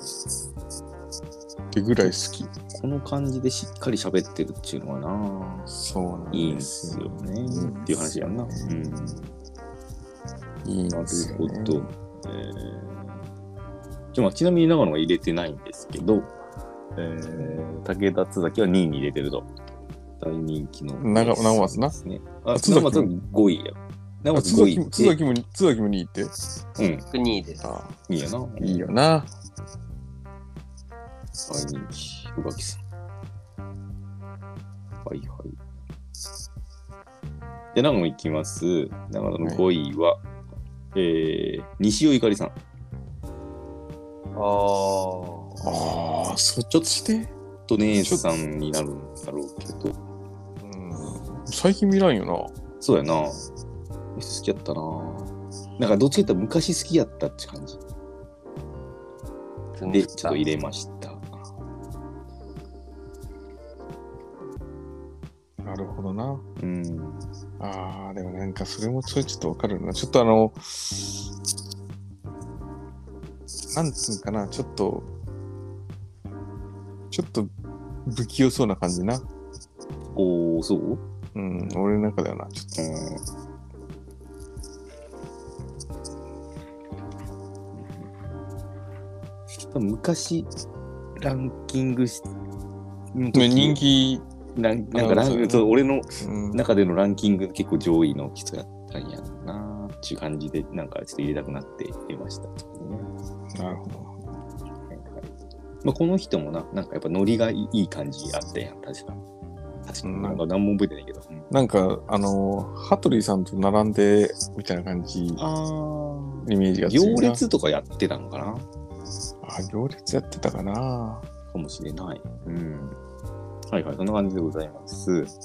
ってぐらい好き。 この感じでしっかり喋ってるっていうのはな、 そうなんいいんですよね。っていう話やんな。うん。 いいんですよね。 なるほど。えー、ちょ、まあ、ちなみに長野は入れてないんですけど、えー、武田津崎はにいに入れてると。大人気の。 長松な。 ね、あ、津崎はごいや。長松ごい。 津崎も、津崎もにいって。 うん。にいです。 ああ、にいやな。 いいよな。 大人気、宇垣さん。はいはい。で、長野いきます。長野のごいは、はい、えー、西尾ゆかりさん。 ああ。 ああ、そっちしてと姉さんになるんだろうけど。 うん。最近見らんよな。 そうやな。好きやったな。なんかどっちかというと昔好きやったって感じ。で、ちょっと入れました。 なるほどな。 うん。 ああ、でもなんかそれもちょっとわかるな。ちょっとあの、なんつうかな、ちょっと、ちょっと不器用そうな感じな。 おー、そう？ うん、俺の中ではな、ちょっと。うん、昔、ランキングし、 人気、 なんなんかランそう俺の中でのランキング結構上位の人やったんやなっていう感じで、なんかちょっと入れたくなって入れました、ね。 なるほど。 はいはい、まあ、この人もな、なんかやっぱノリがいい感じあったやん、確か。確かになんか何も覚えてないけど。うん、 なんか、あの、羽鳥さんと並んでみたいな感じ、イメージが強いな。 行列とかやってたのかな？ あ、行列やってたかなかもしれない。うん。はいはい、そんな感じでございます。はい。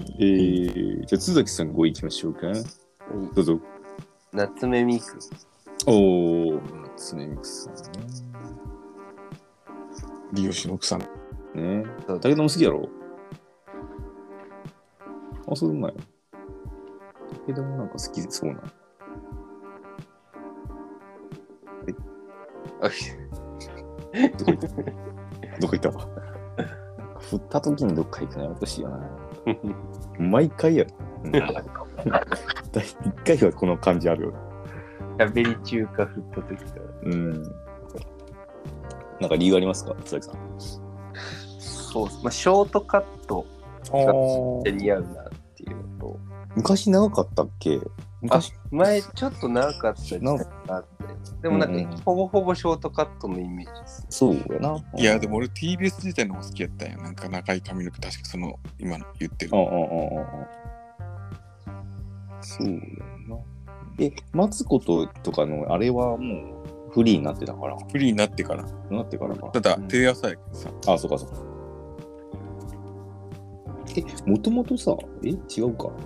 えー、じゃあ、津崎さんごい行きましょうか。はい。どうぞ。 夏目みく。 おー、夏目みくさんね。 利吉の奥さん。 ね。武田も好きやろ？あ、そううまい。武田もなんか好きそうな。はい。どこ行ったどこ行ったわ。振った時にどっか行くのやめてほしいよな。毎回やる。うん、第一回はこの感じあるよ。 喋り中華振った時から。 うん。なんか理由ありますか、津崎さん。 そうっす。まあ、ショートカットが競り合うなっていうのと。 昔長かったっけ？昔前ちょっと長かった時代があって。でもなんか、うんうん、ほぼほぼショートカットのイメージです、ね。 そうやな。 いや、でも俺 ティービーエス 自体の方好きやったんや。なんか長い髪の毛、確かその、今の言ってる。 ああ、ああ、ああ。そうやな。え、マツコととかのあれはもうフリーになってたから。 フリーになってから。 なってからか。 ただ、テレ朝やけどさ。 ああ、そうかそうか。え、もともとさ、え、違うか。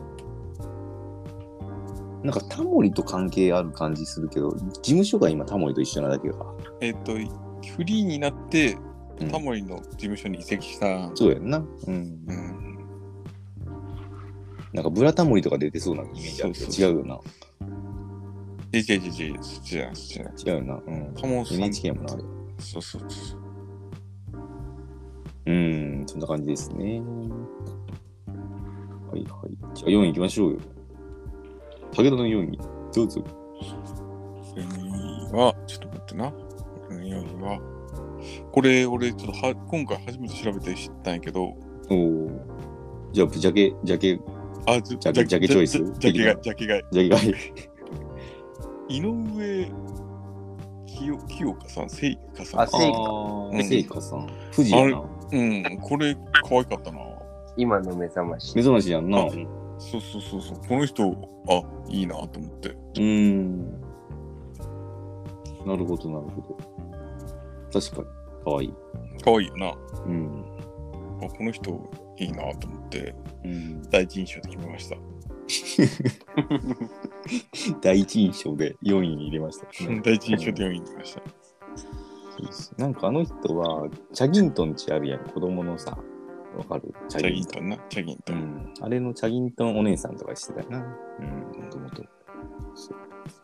なんかタモリと関係ある感じするけど、事務所が今タモリと一緒なだけか。 えっと、フリーになって、うん、タモリの事務所に移籍した。 そうやんな。うん。うん、なんかブラタモリとか出てそうなイメージあるけど、違うよな。 え、違う違う違う、違う違う。 違うよな。うん。 タモさんエヌエイチケー もな、あれ。 そうそうそう。 うん、そんな感じですね。はいはい。じゃあよんい行きましょうよ。武田のよんい、どうぞ。 よんいは、ちょっと待ってな。よんいは、これ、俺、ちょっとは今回初めて調べて知ったんやけど。おお。じゃあ、ジャケ、ジャケ、 あ、 ジャケ、ジャケチョイスジャケが、ジャケが。 ジャケが。 井上清香さん、聖華さん。 あ、聖華。聖華さん。富士やな。 うん、これ、可愛かったな。 今の目覚まし。 目覚ましやんな。 そうそうそうそう。この人、あ、いいなと思って。うーん。なるほど、なるほど。確かに、かわいい。 かわいいよな。 うん。 あ、この人、いいなと思って、 うん、 第一印象で決めました。 第一印象でよんいに入れました、 ね。第一印象でよんいに入れました。 なんかあの人は、チャギントンちあるやん、子供のさ。わかる？ チャギントンな、チャギントン、 うん。あれのチャギントンお姉さんとかしてたよな。うん、もともと。そう。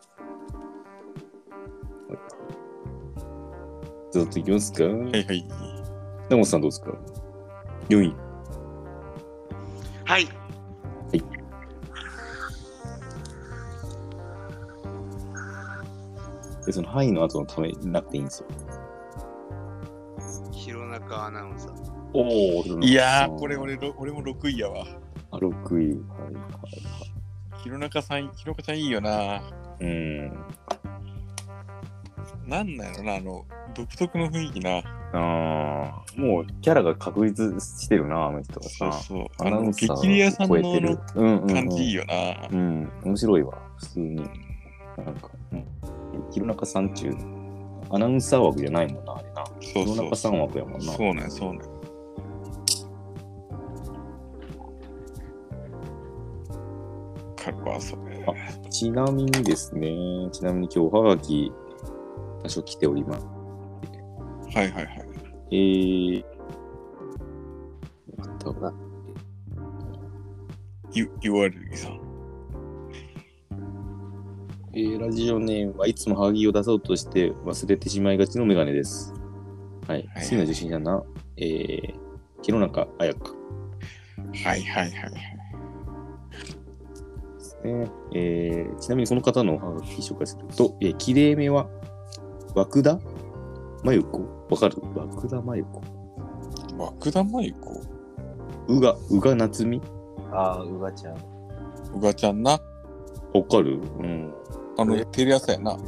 ずっといきますか？はいはい。 ナモさんどうですか？よんい。 はい。 はい。で、そのはいの後のためなくていいんですよ。 弘中アナウンサー。 おお。いやー、これ俺、俺もろくいやわ。 あ、ろくい。はいはいはい。 弘中さん、弘中ちゃんいいよな。 うん。 なんなんやろな、あの、独特の雰囲気な。 ああ、もうキャラが確立してるな、あの人はさ。 そうそう。あの、激レアさんの感じいいよな。 うん、うん、面白いわ、普通に。なんか、うん、弘中さん中、アナウンサー枠じゃないもんな、あれな。 そうそう。 弘中さん枠やもんな。 そうね、そうね。かっこわそれ。 あ、ちなみにですね、ちなみに今日おはがき、多少来ております。 はいはいはい。 えー、多分ゆ、ゆわるぎさん。 えー、ラジオネームはいつもはがきを出そうとして忘れてしまいがちのメガネです。はい。次の受信者な、えー、弘中綾香。 はいはいはいはい。 ですね。えー、ちなみにこの方のおはがき紹介すると、えー、きれいめは、涌田真由子。わかる？涌田真由子。 涌田真由子？ うが、うがなつみ？ ああ、うがちゃん。 うがちゃんな。 わかる？うん。 あの、テレ朝やな。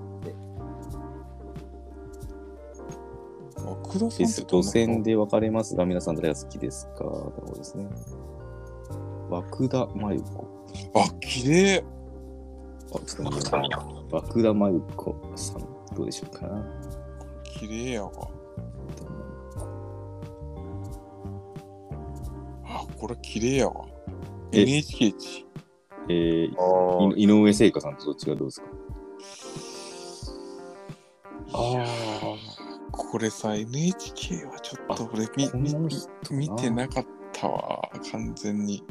涌田さんって路線で分かれますが、皆さん誰が好きですか？そうですね。涌田真由子。 あ、綺麗。 あ、ちょっと待って。涌田真由子さん、どうでしょうか？ 綺麗やわ。あ、これ綺麗やわ。エヌエイチケー 値。 えー、井上聖華さんとどっちがどうですか？ ああ、これさ、エヌエイチケー はちょっと俺見見てなかったわ、完全に。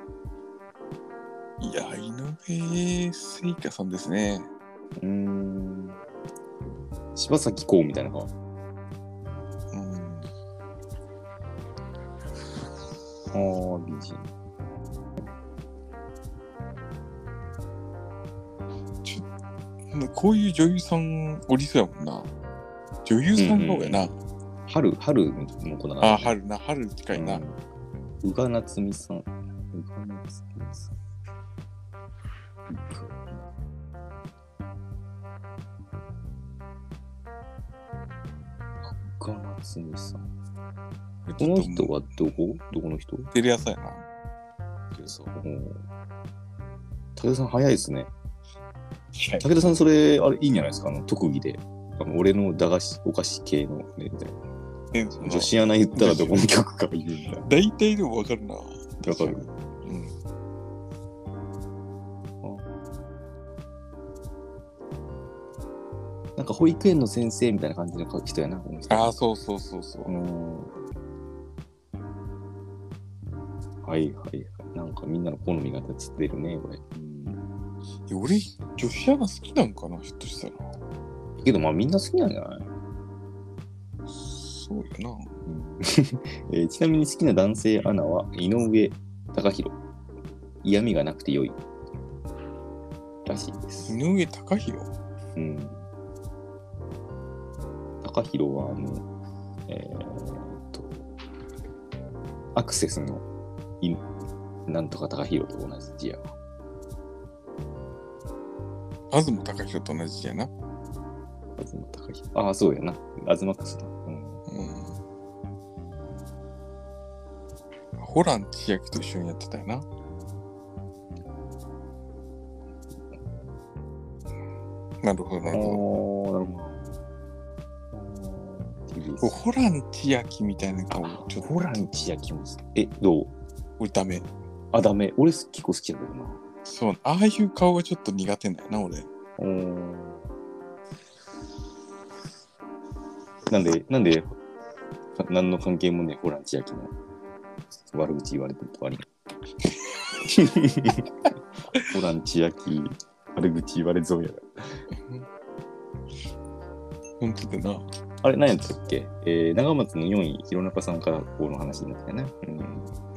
いや、井上聖華さんですね。 うーん。柴咲コウみたいな顔。 うん。 ああ、美人。 ちょこういう女優さんおりそうやもんな。女優さんの方やな。うんうん、 春、春の子だな。 あ、春な、春近いな。 うがなつみさん。うがなつみさん。うがなつみさん。この人はどこ？どこの人？ テレ朝やな。 テレ朝。武田さん早いですね。武田さんそれあれいいんじゃないですか？あの特技で。あの俺の駄菓子お菓子系のねみたいな。え、女子アナ言ったらどこの曲か言うんだ。 大体でもわかるな。わかる。うん。なんか保育園の先生みたいな感じの人やな。 ああ、そうそうそうそう。うん。 はいはいはい。なんかみんなの好みが立ってるね、これ。 うん、俺、女子アナ好きなんかな、ひょっとしたら。 けどまあみんな好きなんじゃない？ そそうよな。 えー、ちなみに好きな男性アナは井上貴博。嫌味がなくて良い。らしいです。 井上貴博。 うん。貴博は、あの、えー、っと、アクセスのいなんとか貴博と同じ字やわ。 東貴博と同じ字やな。 東貴博。ああ、そうやな。東マックスだ。うん。うん、 ホラン千秋と一緒にやってたよな。なるほど、なるほど。なるほど。ホラン千秋みたいな顔。 ちょっとホラン千秋も。え、どう？ 俺ダメ。 あ、ダメ。俺結構好きだけどな。 そう、ああいう顔がちょっと苦手だよな、俺。 うん。なんで、なんで、何の関係もね、ホラン千秋の悪口言われてるとあり。ホラン千秋、悪口言われそうやな。 本当だな。 あれ、何やったっけ、えー、長松のよんい、弘中さんからこの話になったよね。うん。うん。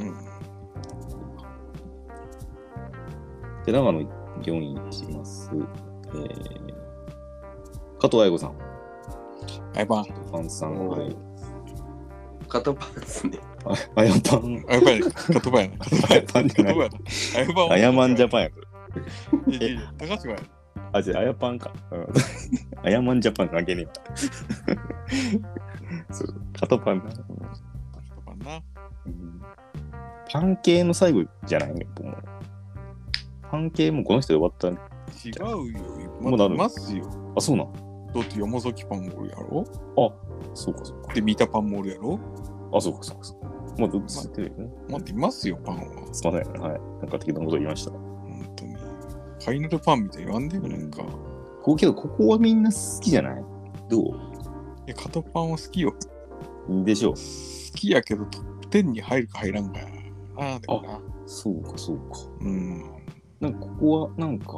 で、長野よんいいきます。えー、加藤愛子さん。 あやぱん。 ファンさん。はい。 カトパンですね。 あ、あやぱん。 あやぱん。カトパンやな。 あやぱんじゃない。 あやぱん。 あやまんジャパンや。 いやいや、高島や。 あ、じゃあ、あやパンか。うん、あやまんジャパン関係ねえわ。そう、カトパンな。カトパンな。 うん、パン系の最後じゃないね。もうパン系もこの人で終わった。 違うよ。 まだある。 ますよ。 あ、そうなん。 だって山崎パンもおるやろ。 あ、そうかそうか。 で、三田パンもおるやろ。 あ、そうかそうかそうか。まあ、どっちってるよね。 待っていますよ、パンは。 すいません。はい。なんか適当なこと言いました。 本当に。ファイナルパンみたいに言わんでよ、なんか。 ここけど、ここはみんな好きじゃない？どう？ いや、カトパンは好きよ。 でしょう。 好きやけど、トップじゅうに入るか入らんかやな。あ、でもな。 そうか、そうか。 うん。 なんか、ここは、なんか、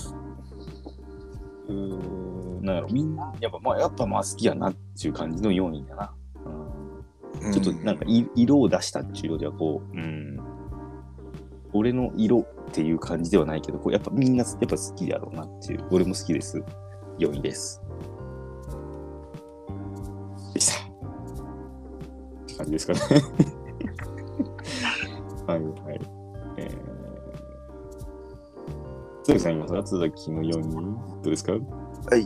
うーん、なんやろ、みんな、やっぱ、まあ、やっぱまあ好きやなっていう感じのよんいだな。うん、ちょっと、なんか、色を出したっていうよりは、こう、うん、俺の色っていう感じではないけど、こうやっぱみんなやっぱ好きだろうなっていう、俺も好きです。よんいです。でした。って感じですかね。はいはい。えー、つばきさんいますか？つばきのよんい、どうですか？ はい。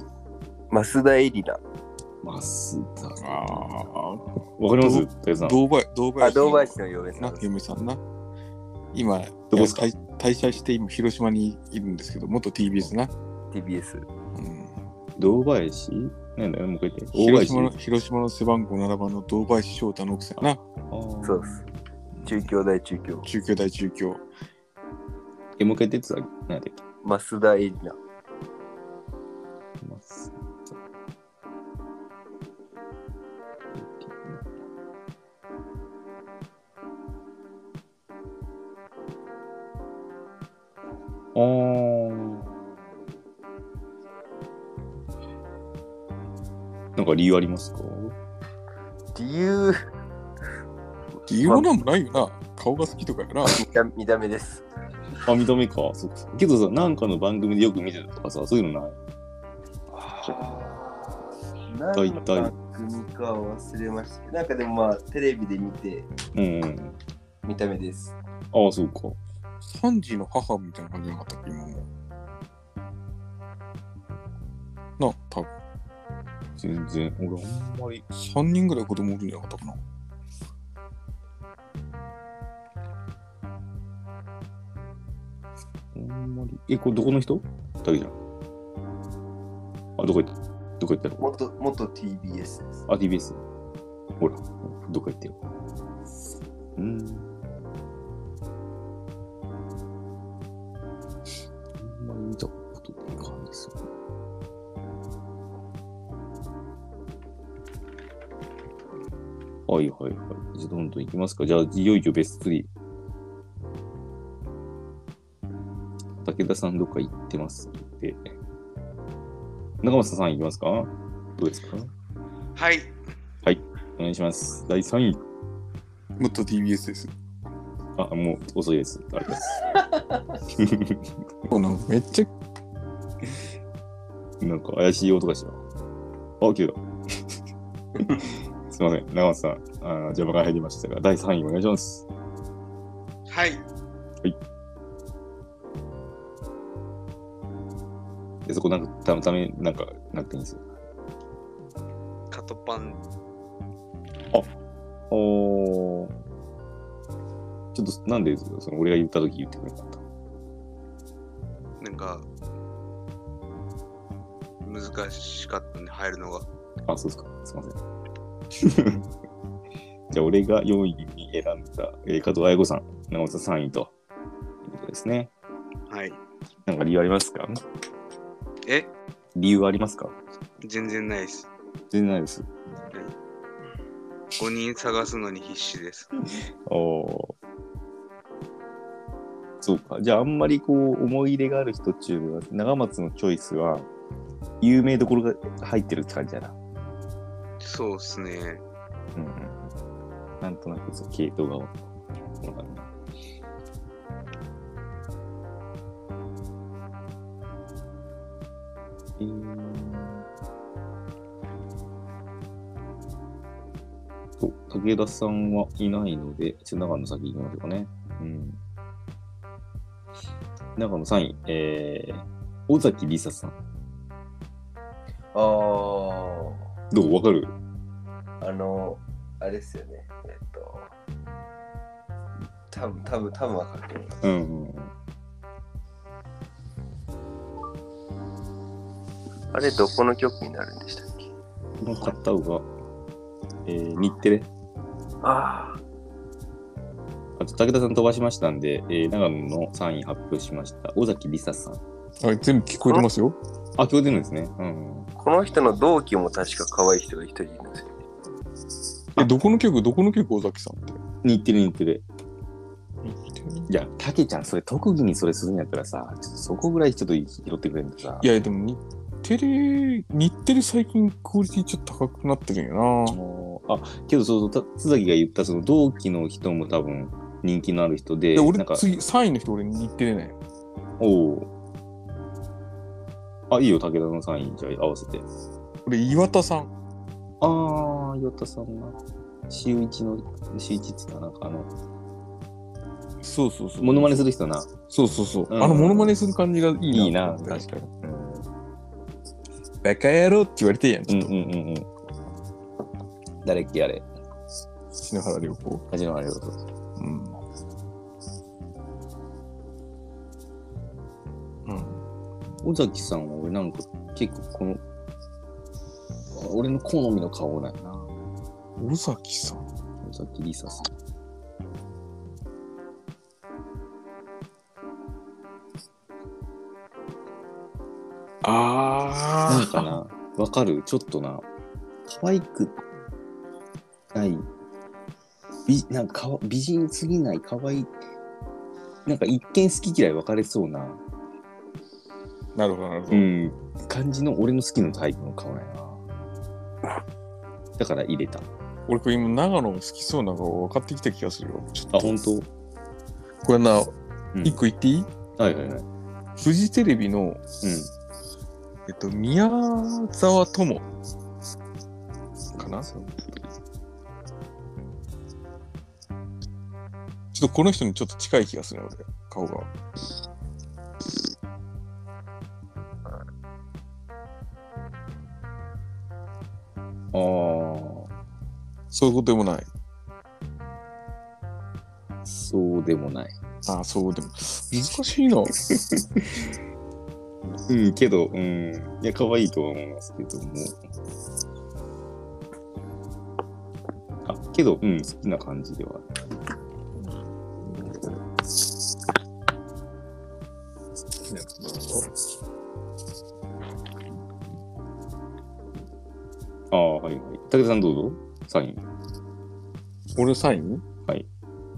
増田エリナ。 増田。 ああ。 わかります？ 堂林、堂林。 あ、堂林の嫁さん。 嫁さんな。今、 どこですか？ 退社して今、広島にいるんですけど、元 ティービーエス な。 ティービーエス。うん。 堂林？なんだよ、もう一回言って。 広島の、広島の背番号ななばんの堂林翔太の奥さんやな。 そうです。中京大中京。 中京大中京。 え、もう一回言ってた。何だっけ？ 増田エリナ。 増田。あー。なんか理由ありますか？ 理由理由なんもないよな。顔が好きとかやな。 見た見た目です。 あ、見た目か。そうか。けどさ、なんかの番組でよく見てたとかさ、そういうのない？ 何の番組かは忘れましたけど、なんかでもまあ、テレビで見て、 うんうん。 見た目です。 ああ、そうか。 さんじの母みたいな感じなかったっけ、今も。な、多分。 全然、俺あんまり。 さんにんぐらい子供いるんじゃなかったかな。 あんまり。え、これどこの人？だけじゃん。あ、どこ行った？どこ行ったの？ 元、元 ティービーエス です。 あ、ティービーエス。ほら、どこ行ってよ。うーん。あんまり見たことない感じですよね。はいはいはい。じゃあどんどんいきますか。じゃあ、いよいよベストスリー。武田さんどっか行ってますで。中松さん行きますか？どうですか？ はい。 はい。おお願いします。だいさんい。 もっと ティービーエス です。 あ、もう遅いです。ありがとうございます。 もうなんかめっちゃ。 なんか怪しい音がした。あ、消えた。すいません、長松さん、あ邪魔が入りましたが、だいさんいお願いします。 はい。 はい。で、そこなんか、たため、なんか、なくていいんですよ。 カトパン。 あ、おー。ちょっと、なんで、その俺が言ったとき言ってくれなかった？ なんか、難しかったんで、入るのが。 あ、そうですか。すいません。じゃあ、俺がよんいに選んだ、えー、加藤彩子さん、長松さんさんいということですね。 はい。 なんか理由ありますか？ え？ 理由ありますか？ 全然ないです。 全然ないです。 ごにん探すのに必死です。 おー。そうか。じゃあ、あんまりこう、思い入れがある人っていうのは、長松のチョイスは、有名どころが入ってるって感じだな。 そうっすね。 うんうん。なんとなくそう、系統がわかるな。えーと、武田さんはいないので、ちょっと長野先行きましょうかね。うん。長野さんい、えー、尾崎里沙さん。 あー。 どうわかる？ あの、あれですよね。えっと、多分多分多分わかると思います。 うんうんうん。 あれ、どこの曲になるんでしたっけ？ この方が、えー、日テレ。 ああ。 あと、武田さん飛ばしましたんで、えー、長野のさんい発表しました。尾崎里沙さん。 はい、全部聞こえてますよ。 あ、聞こえてるんですね。うん、うん。 この人の同期も確か可愛い人が一人いるんですよね。 え、どこの曲どこの曲尾崎さんって。 日テレ日テレ。 日テレ。 いや、たけちゃん、それ特技にそれするんやったらさ、ちょっとそこぐらいちょっと拾ってくれんとさ。 いや、でも日テレ、日テレ最近クオリティちょっと高くなってるんよな。あ、けどそうそう、津崎が言ったその同期の人も多分人気のある人で。 で、俺なんか次、さんいの人俺日テレね。 おお。あ、いいよ、武田のさんいじゃあ合わせて。 俺、岩田さん。 ああ、岩田さんが。週一の、週一っつったなんかあの、 そうそうそう。 モノマネする人な。 そうそうそう。 うん、 あのモノマネする感じがいいな。 いいな、確かに。うん、 バカ野郎って言われてんやん、ちょっと。 うんうんうんうん。誰っけあれ。 篠原涼子。 篠原涼子。 うん。うん。 尾崎さんは俺なんか結構この、俺の好みの顔なんやな。 尾崎さん。 尾崎里沙さん。 あー。 なんかな、わかる？ちょっとな、可愛くない美、なんかかわ美人すぎない可愛い、なんか一見好き嫌い分かれそうな、 なるほどなるほど。 うん、感じの俺の好きなタイプの顔やな。だから入れた。 俺これ今長野好きそうな顔分かってきた気がするよ。ちょっとあ、本当？ これな、 うん、 一個言っていい？ はいはいはい。 フジテレビの、うん、えっと、宮沢智かな？ちょっとこの人にちょっと近い気がするので、顔が。 ああ。 そういうことでもない。 そうでもない。 ああ、そうでも。難しいな。 うん、けど、うん。いや、可愛いとは思いますけども。あ、けど、うん、好きな感じではある。ああ、はいはい。武田さんどうぞ。サイン。 俺サイン？ はい。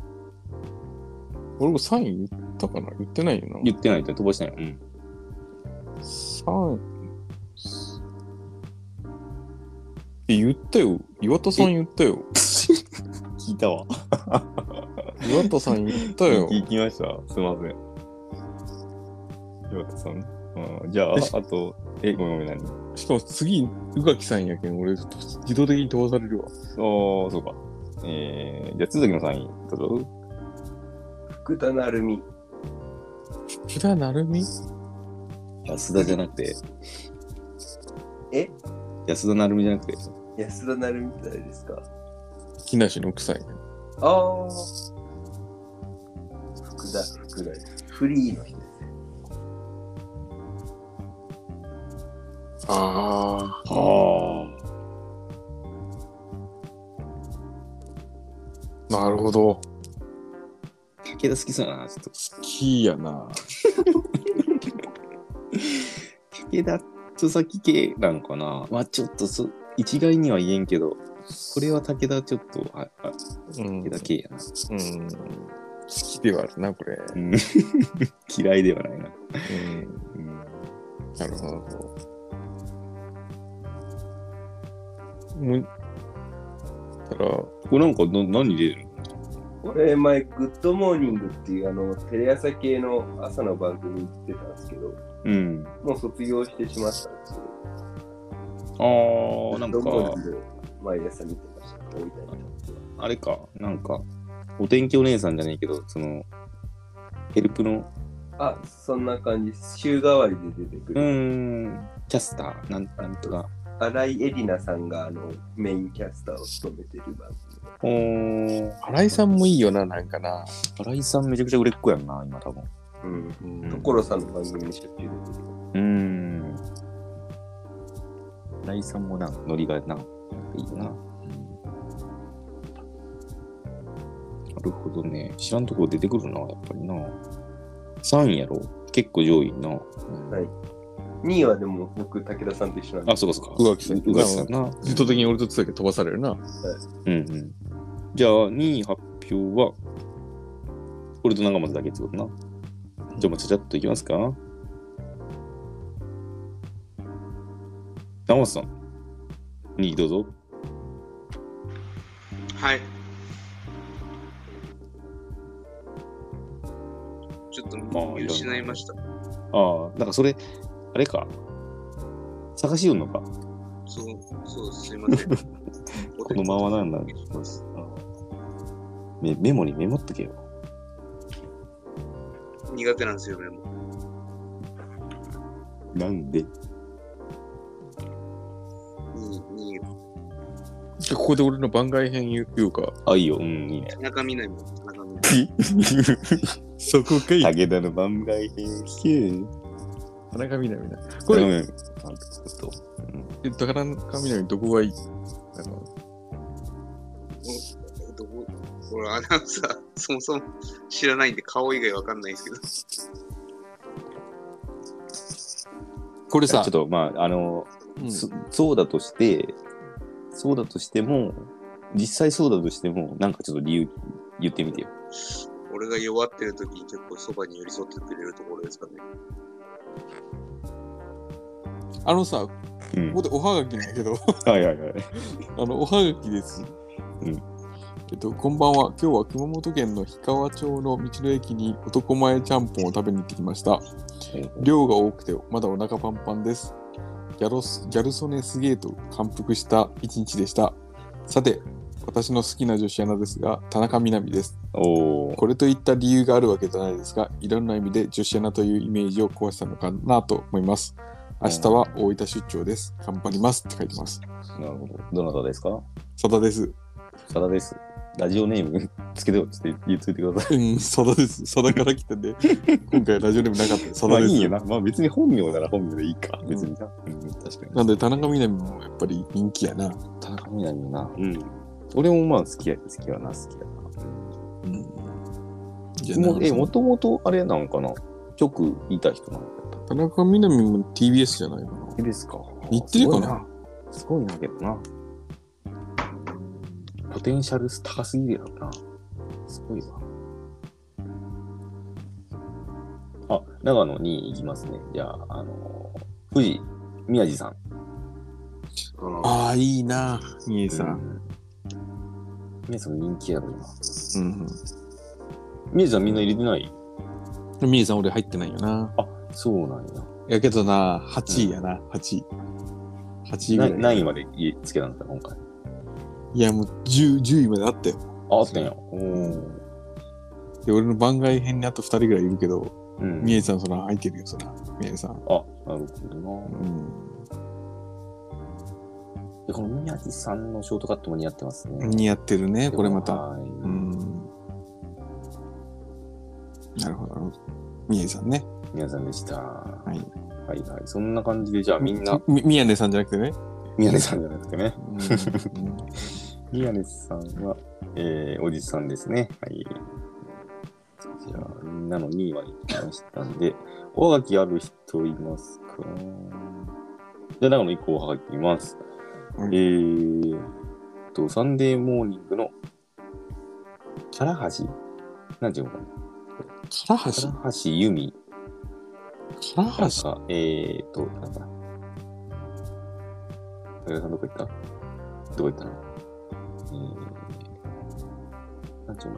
俺もサイン言ったかな？言ってないよな。 言ってないって飛ばしたんよ。うん。 サイン。 え、言ったよ。岩田さん言ったよ。 聞いたわ。 岩田さん言ったよ。 聞きました。すみません。岩田さん。うん、じゃあ、あと、え、ごめんごめん、何？ しかも次、宇垣さんやけん、俺、自動的に飛ばされるわ。 おー、そうか。えー、じゃあ、続きのさんい、どうぞ。 福田成美。 福田成美？ 安田じゃなくて。 え安田成美じゃなくて。 安田成美って誰ですか？ 木梨の奥さんや。 ああ。福田、福田です。フリーの人です。 ああ。 はあ。なるほど。 武田好きそうやな、ちょっと。 好きやな。 武田佐々木系なんかな。まあちょっとそ一概には言えんけど、これは武田ちょっと、あ、あ武田系やな。 うん。うん、好きではあるな、これ。 うん、嫌いではないな。 うん。うん、なるほど。もう、たら、 これなんかな何出るの？ これ前、グッドモーニングっていうあのテレ朝系の朝の番組に出てたんですけど、 うん。 もう卒業してしまったんですけど、 ああ、なんグッドモーニンか、 グ毎朝見てました。大分に。 あれか、なんか、お天気お姉さんじゃないけど、その、ヘルプの、 あ、そんな感じです。週替わりで出てくうる。 ーん、キャスター、なんなんとか。 新井恵里奈さんがあのメインキャスターを務めてる番おー、 新井さんもいいよな、なんかな。 新井さんめちゃくちゃ売れっ子やんな、今多分。 組。うん。 うん所さんの番組にしょっちゅう出てる。 うーん。新井さんもな、ノリがな、いいな。なるほどね。知らんとこ出てくるな、やっぱりな。さんいやろ？結構上位な。 はい。にいはでも僕、武田さんと一緒なんで。 あ、そうかそうか。 宇垣さん。 宇垣さんな。 自動的に俺とつだけ飛ばされるな。 うんうん。じゃあ、にい発表は、俺と長松だけってことな。じゃあ、もうちゃちゃっといきますか。長松さん、にいどうぞ。 はい。ちょっと見失いました。 ああ、なんかそれ、あれか。探しよんのか。 そう、そう、すいません。 このままなんだ。メ, メモにメモっとけよ。 苦手なんですよ、メモ。 なんで？ にい、にい。 じゃあここで俺の番外編言うか。 あ、いいよ。うん、いいね。 田中みなみ。田中みなみ。 そこかい。 武田の番外編聞け。 田中みなみな。 ここれ、 れ、 え田中みなみどこがいい？あのどこ、これアナウンサー、そもそも知らないんで顔以外わかんないですけど。 これさ、 ちょっと、まあ、あの、 うん、 そそうだとして、そうだとしても、実際そうだとしても、なんかちょっと理由言ってみてよ。 俺が弱ってる時に結構そばに寄り添ってくれるところですかね。 あのさ、 うん、 ここでおはがきなんやけど、 はいはいはい。 あの、おはがきです。 うん。 えっと、こんばんは。今日は熊本県の氷川町の道の駅に男前ちゃんぽんを食べに行ってきました。量が多くてまだお腹パンパンです。ギャロス、ギャル曽根すげえと感服した一日でした。さて、私の好きな女子アナですが、田中みな実です。 おこれといった理由があるわけじゃないですが、いろんな意味で女子アナというイメージを壊したのかなと思います。明日は大分出張です。頑張りますって書いてます。 なるほど。どなたですか？ 佐田です。 佐田です。ラジオネームつけてよって言っといてください。 うん、佐田です。佐田から来たんで、今回ラジオネームなかった。佐田です。 まあいいよな。まあ別に本名なら本名でいいか。別にな。うん、うん、確かに。 なんで田中みな実もやっぱり人気やな。 田中みな実な。うん。俺もまあ好きや、好きやな、好きやな。 うん。じゃもえ、もともとあれなんかな？局いた人なのかな？ 田中みな実も ティービーエス じゃないかな。 いいですか？ 似てるかな？ すごいなけどな。ポテンシャル高すぎるやろな。すごいわ。あ、長野に行きますね。じゃあ、あのー、富士、宮地さん。 ああ、 あ、いいな、みえさん。 みえさん人気やろ、今。 うん。 みえさんみんな入れてない？ みえさん俺入ってないよな。 あ、そうなんや。 やけどな、はちいやな、はちい。はちいぐらい。 何位までつけたんだ、今回。 いや、もうじゅう、じゅういまであったよ。 あ、あったんや。おー。 で、俺の番外編にあとふたりぐらいいるけど、 うん。 みえさんそら入ってるよ、そら。みえさん。 あ、なるほどな。 うん。 で、この宮地さんのショートカットも似合ってますね。 似合ってるね、これまた。 はい。 うん。なるほど、なるほど。みえさんね。 宮さんでした。 はい。 はいはい。そんな感じで、じゃあみんな。 み、宮根さんじゃなくてね。 宮根さんじゃなくてね。 うん、 宮根さんは、えー、おじさんですね。はい。じゃあ、みんなのにいまで来ましたんで、おはがきある人いますか？じゃあ、中のいっこおはがきいます。うん、えーと、サンデーモーニングの、唐橋なんていうのかな？ 唐橋唐橋由美。 唐橋か、えーと、なんだ。武田さんどこ行った？どこ行ったの？えー、なんていうの？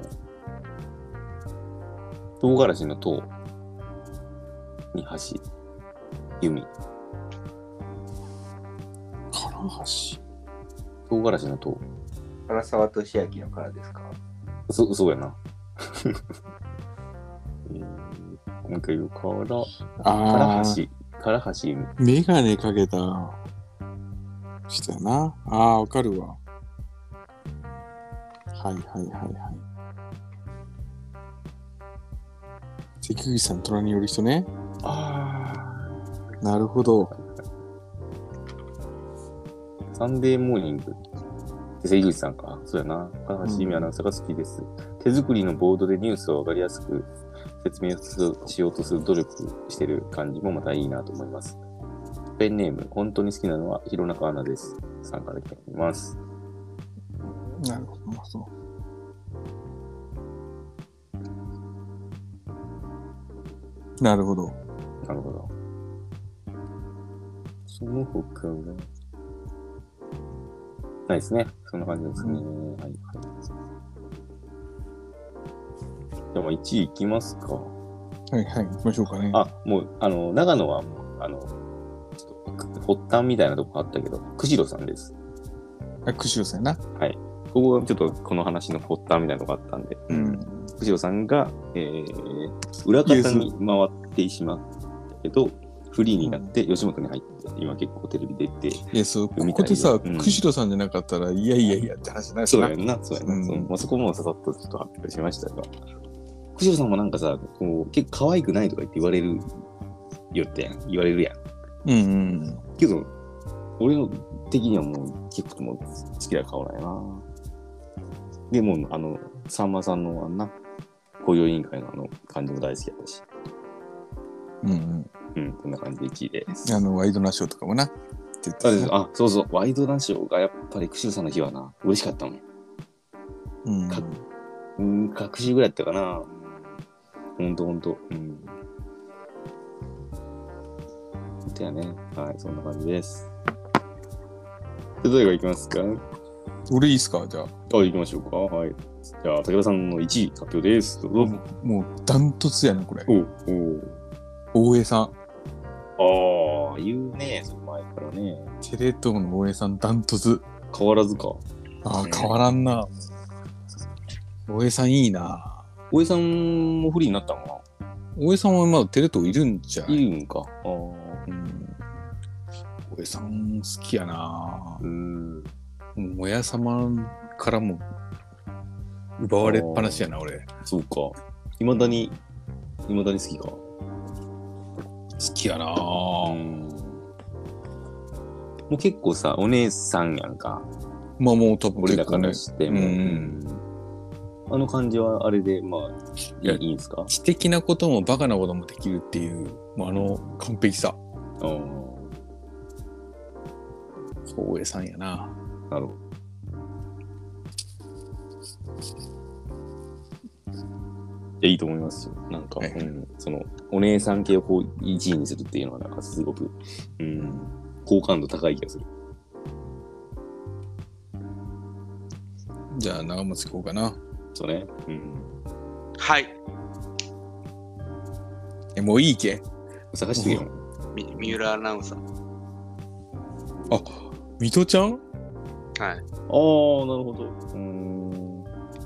唐辛子の唐に橋由美。 唐橋唐辛子の唐。 唐沢俊明のからですか？ そ、そうやな。えー、もう一回言うから、 あ唐橋、唐橋由美。 メガネかけた人やな。ああ、わかるわ。はいはいはいはい。関口さん虎による人ね。 ああ。なるほど。 サンデーモーニング。関口さんか。そうやな。唐橋由美アナウンサーが好きです、うん。手作りのボードでニュースをわかりやすく説明しようとする努力してる感じもまたいいなと思います。ペンネーム、本当に好きなのは弘中アナです。さんから来ております。 なるほど、そう。なるほど。 なるほど。その他がないですね。そんな感じですね。うん、はいはい。でもいちいいきますか。 はいはい、行きましょうかね。 あ、もう、あの、長野はもう、あの、発端みたいなとこあったけど、釧路さんです。 あ、釧路さんな。 はい。ここがちょっとこの話の発端みたいなとこあったんで、うん、釧路さんが、えー、裏方に回ってしまったけど、フリーになって吉本に入って、今結構テレビ出て。 いや、そう、ここでさ、うん、釧路さんじゃなかったら、いやいやいやって話じゃないですか。そうやんな、そうやな。うん、そ, まあ、そこもささっとちょっと発表しましたが、釧路さんもなんかさ、こう結構可愛くないとか言って言われるよってやん、言われるやん。 うんうん。 けど、俺の的にはもう結構もう好きな顔なんやな。でもうあのさんまさんのあんな雇用委員会のあの感じも大好きやったし。 うんうんうん、こんな感じでいちいです。 あのワイドナショーとかもなって言ってた、ね、あ、そうそう、ワイドナショーがやっぱり釧路さんの日はな嬉しかったもん。 うん。 かうん、隔週ぐらいやったかな。ほんとほんと。うん。だよね。はい、そんな感じです。で、どれがいきますか？ 俺いいっすか？じゃあ。 あ、行きましょうか。はい。じゃあ、武田さんのいちい発表です。どうぞ。 もう、もうダントツやな、これ。 おうおう。大江さん。ああ、言うね、その前からね。 テレ東の大江さん、ダントツ。 変わらずか。 ああ、変わらんな。大江さんいいな。 大江さんもフリーになったのかな？ 大江さんはまだテレ東いるんじゃん。 いるんか。ああ。 うん。大江さん好きやな。 うん。 もや様からも奪われっぱなしやな、俺。 そうか。いまだに、いまだに好きか。 好きやな。うん。 もう結構さ、お姉さんやんか。 まあもう多分俺らからしても。 うん。 あの感じはあれで、まあ、いい、いいんですか？ 知的なこともバカなこともできるっていう、まあ、あの完璧さ。 ああ。 大江さんやな。 なるほど。いや、いいと思いますよ。なんか、はい、うん、その、お姉さん系をこう、いちいにするっていうのは、なんかすごく、うん、好感度高い気がする。 じゃあ長松行こうかな。 そうね。うん。 はい。 え、もういいけ探してみよう。み三浦アナウンサー。 あ、水戸ちゃん？はい。 ああ、なるほど。うーん。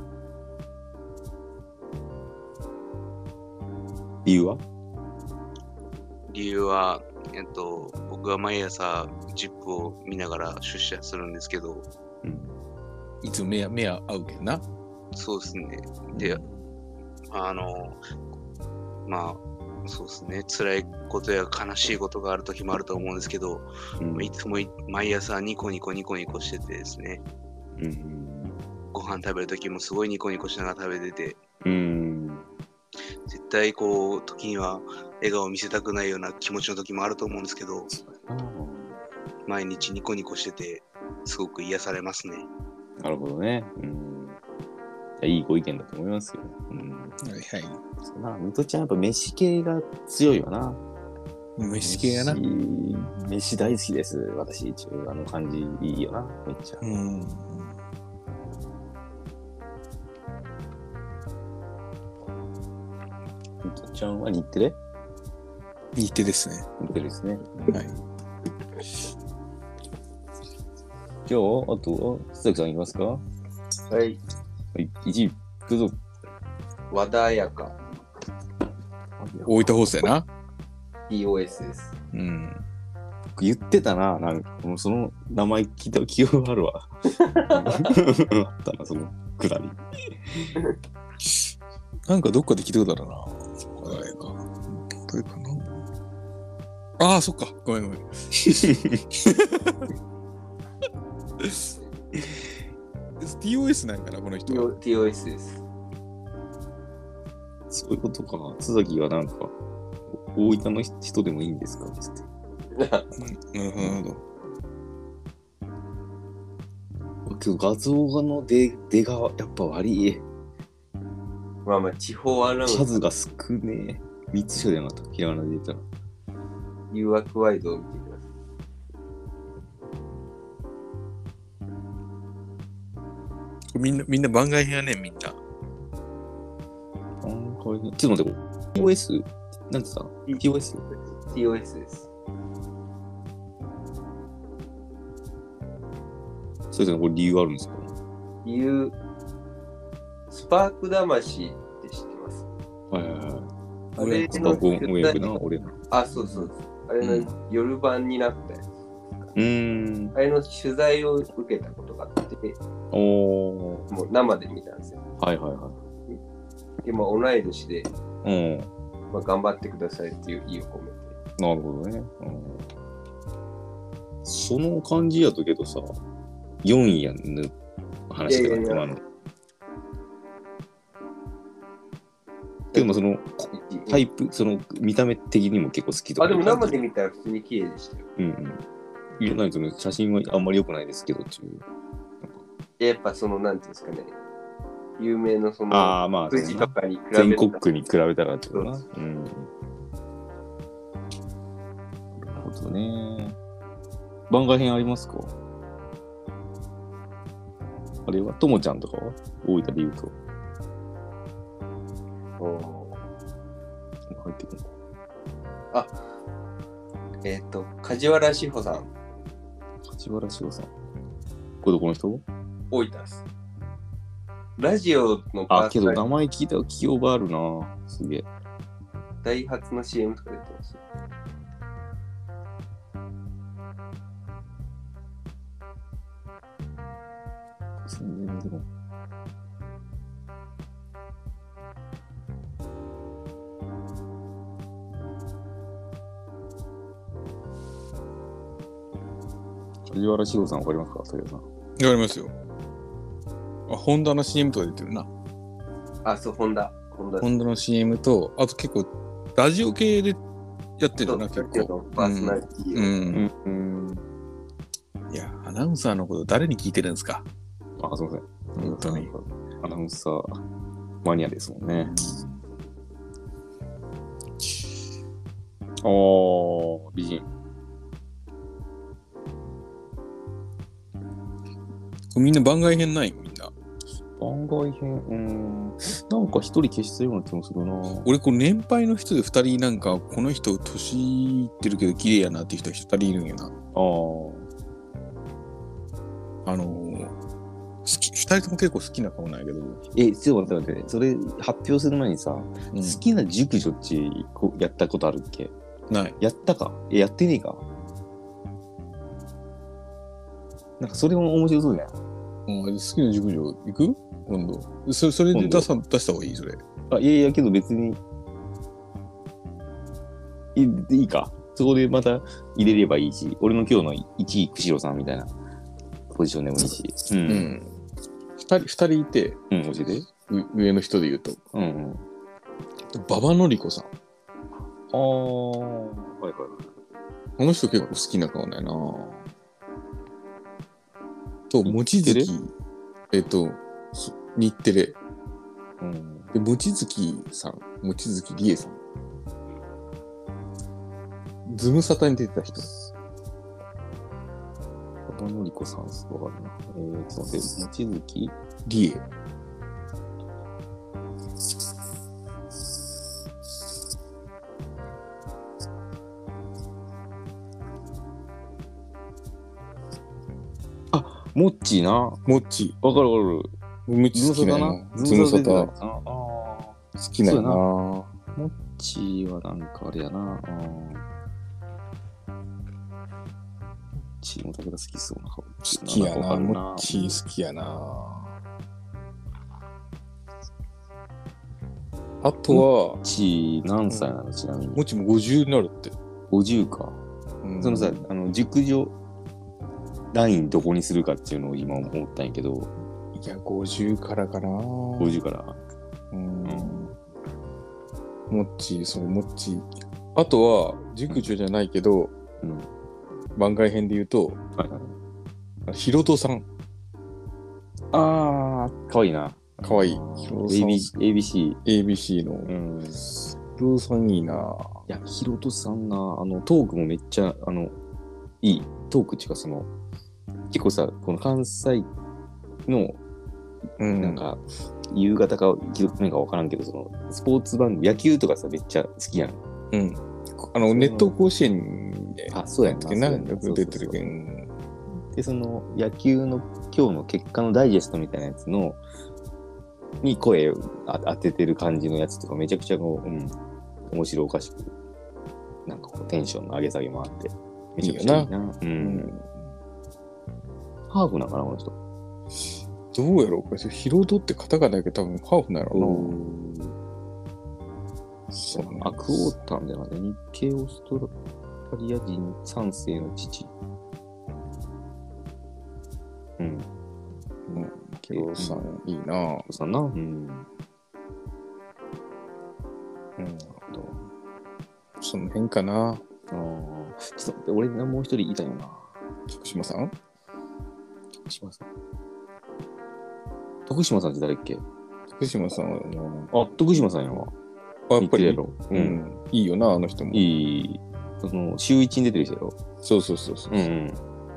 理由は理由は、えっと、僕は毎朝、ジップを見ながら出社するんですけど、 うん、いつも目目合うけどな。 そうですね。で、うん、あの、まあ、そうですね。辛いことや悲しいことがある時もあると思うんですけど、うん、いつも毎朝ニコニコニコニコしててですね、うん、ご飯食べる時もすごいニコニコしながら食べてて、うん、絶対こう時には笑顔を見せたくないような気持ちの時もあると思うんですけど、毎日ニコニコしててすごく癒されますね。 なるほどね。うん、いいご意見だと思いますよ。うん、 はいはい。 そうな、水戸ちゃんやっぱ飯系が強いわな。 飯系やな。 飯大好きです。私一応あの感じいいよな。めっちゃ。うん。水戸ちゃんは日テレ？ 日テレですね。 日テレですね。 はい。 じゃあ、あとは、須崎さんいきますか？はい。はい、いちい、どうぞ。 和田彩香。 大分放送やな。 ティーオーエス です。 うん。言ってたな、なんか、もうその名前聞いた記憶があるわ。あったな、そのくだり。 なんかどっかで聞いたことあるな。和田彩香。どれかな。ああ、そっか。ごめんごめん。ティーオーエス なんかな、この人。 ティーオーエス です。 そういうことか。須崎はなんか、大分の人でもいいんですかつって。 なるほど。けど画像の出出がやっぱ悪い。 まあまあ、地方アナウンサー。 数が少ねえ。みっつしか出なかった。ひらがなで言ったら。 誘惑ワイドを見てください。みんな、みんな番外編やねん、みんな。 番外編。ちょっと待って、ティーオーエス? なんてさ ?ティーオーエス? ティーオーエス です。 それでこれ理由あるんですか？ 理由、スパーク魂って知ってます？ はいはいはい。 あれのごめんな、俺の。 あ、そうそうそう。あれの夜版になったやつ。 うーん。 あれの取材を受けたことがあって、おもう生で見たんですよ。 はいはいはい。 で、まあ、同い年で、 うん。 まあ、頑張ってくださいっていう意を込めて。 なるほどね。うん、その感じやとけどさ、よんいやんぬ話が今の。でもそのタイプ、その見た目的にも結構好きとか。 あ、でも生で見たら普通に綺麗でしたよ。 うんうん。いや、何その写真はあんまり良くないですけどっていう。 やっぱその、なんていうんですかね。有名のその、 ああ、まあ、 富士とかに比べたら。 全国区に比べたらってことな。うん。なるほどね。番外編ありますか？あれはともちゃんとかは大分で言うと。 お入ってくる。 あ、えっ、ー、と、梶原志保さん。 梶原志保さん。これどこの人？ 大分です。ラジオのパーあ、けど名前聞いた記憶があるな。すげえ。 ダイハツの シーエム とか出てます。 全然でも。梶原志保さんわかりますか？竹田さん。わかりますよ。あ、ホンダの シーエム とか出てるな。 あ、そう、ホンダ。ホンダ, ホンダの シーエム と、あと結構、ラジオ系でやってるな、結構。 パーソナリティ、 うんうんうん。いや、アナウンサーのこと誰に聞いてるんですか？ あ、すみません。 本当に。 アナウンサーマニアですもんね。あー、美人。 みんな番外編ないみんな。 番外編、うん。なんか一人消したような気もするな。 俺、この年配の人で二人なんか、この人年いってるけど綺麗やなっていう人一人いるんやな。ああ。あのー、好き、二人とも結構好きな顔なんやけど。 え、ちょっと待って待って。それ発表する前にさ、うん、好きな熟女っちやったことあるっけ？ ない。 やったか？え、やってねえか？なんかそれも面白そうじゃん。 うん、好きな熟女行く？今度。それ、それで出さ、出した方がいいそれ。 あ、いやいや、けど別に。いいいか。そこでまた入れればいいし、俺の今日のいちい、釧路さんみたいなポジションでもいいし。うん。うん、 二人、二人いて。 うん、教えて。 上の人で言うと。うんうん。馬場典子さん。ああ、はいはい。 この人結構好きな顔だよな。と、望月、えっと、日テレ。うん、で、望月さん、望月理恵さん。ズムサタに出てた人。 馬場典子さん、わかるな。えー、ちょっと待って、望月理恵。 モッチーな。 モッチー。わかるわかる。 ムチ好きなの。ズムサタ。好きなのな。 モッチーはなんかあれやな。モッチーもだけど好きそうな顔。 好きやな。モッチー好きやな。あとは。 モッチー何歳なのちなみに。 モッチーもごじゅうになるって。 ごじゅうか。そのさ、あの、熟女。ラインどこにするかっていうのを今思ったんやけど。 いや、ごじゅうからかな。 ごじゅうから。 うん。もっち、そう、もっち。あとは、熟女じゃないけど、うん、番外編で言うと、はいはい、ヒロトさん。 あー、かわいいな。 かわいい。 ヒロトさん。エービーシー。 エービーシー の。うん。ヒロトさんいいな。 いや、ヒロトさんな、あの、トークもめっちゃ、あの、いい。トークっていうか、その、結構さ、この関西の、うん、なんか、夕方か、なんかわからんけど、その、スポーツ番組、野球とかさ、めっちゃ好きやん。 うん。あの、ネット甲子園で、 あ、そうやんな。 なんか出てるけん。 で、その、野球の今日の結果のダイジェストみたいなやつの、に声を当ててる感じのやつとか、めちゃくちゃこう、うん、面白おかしく、なんかこう、テンションの上げ下げもあって、めちゃくちゃいいな。いいな。うん。うんハーフなのかな、この人。 どうやろうこれ、ヒロドってカタカナだけど多分ハーフなのな。そうね。アクオーターみたいなね。日系オーストラリア人三世の父。うん。うん。 ケロさん、いいなぁ。ケロさんな。うん。なるほど。その辺かな。ああ。ちょっと待って、俺もう一人いたよな。 徳島さん徳島さん。徳島さんって誰っけ？ 徳島さんは、 あ、徳島さんやわ。 あ、やっぱりやろ。 うん。いいよな、あの人も。 いい。その、週一に出てる人やろ。 そうそうそうそう。 うん、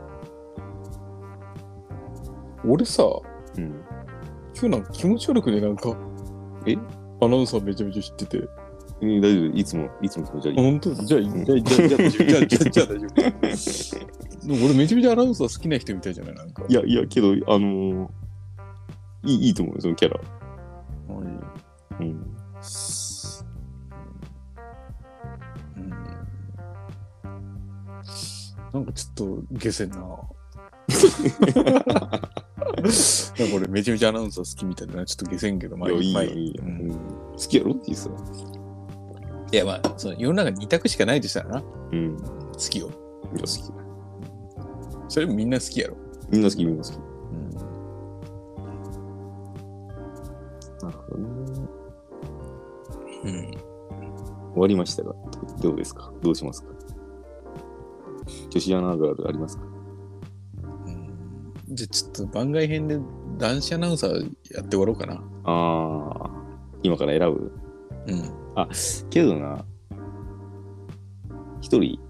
うん。俺さ、うん。今日なんか気持ち悪くね、なんか。 え？ アナウンサーめちゃめちゃ知ってて。 うん、大丈夫。いつも、いつも気持ち悪い。 本当？じゃあ、じゃあ、じゃあ、じゃあ、じゃあ、じゃあ、じゃあ大丈夫。俺めちゃめちゃアナウンサー好きな人みたいじゃないなんか。 いや、いや、けど、あのー、いい、いいと思うよ、そのキャラ。はい。うん。 うん。なんかちょっと、下船な。なんか俺めちゃめちゃアナウンサー好きみたいな、ちょっと下船けど、まあいいよ、いいよ。 うん。好きやろって言ってた。 いや、まあ、その世の中に二択しかないとしたらな。 うん。 好きよ。 いや、好き。 それみんな好きやろ。 みんな好き、みんな好き。うん、なるほどね。うん。終わりましたが、どうですか？どうしますか？女子アナあるあるありますか？ うん。じゃあちょっと番外編で男子アナウンサーやって終わろうかな。 ああ、今から選ぶ？ うん。 あ、けどな、一人、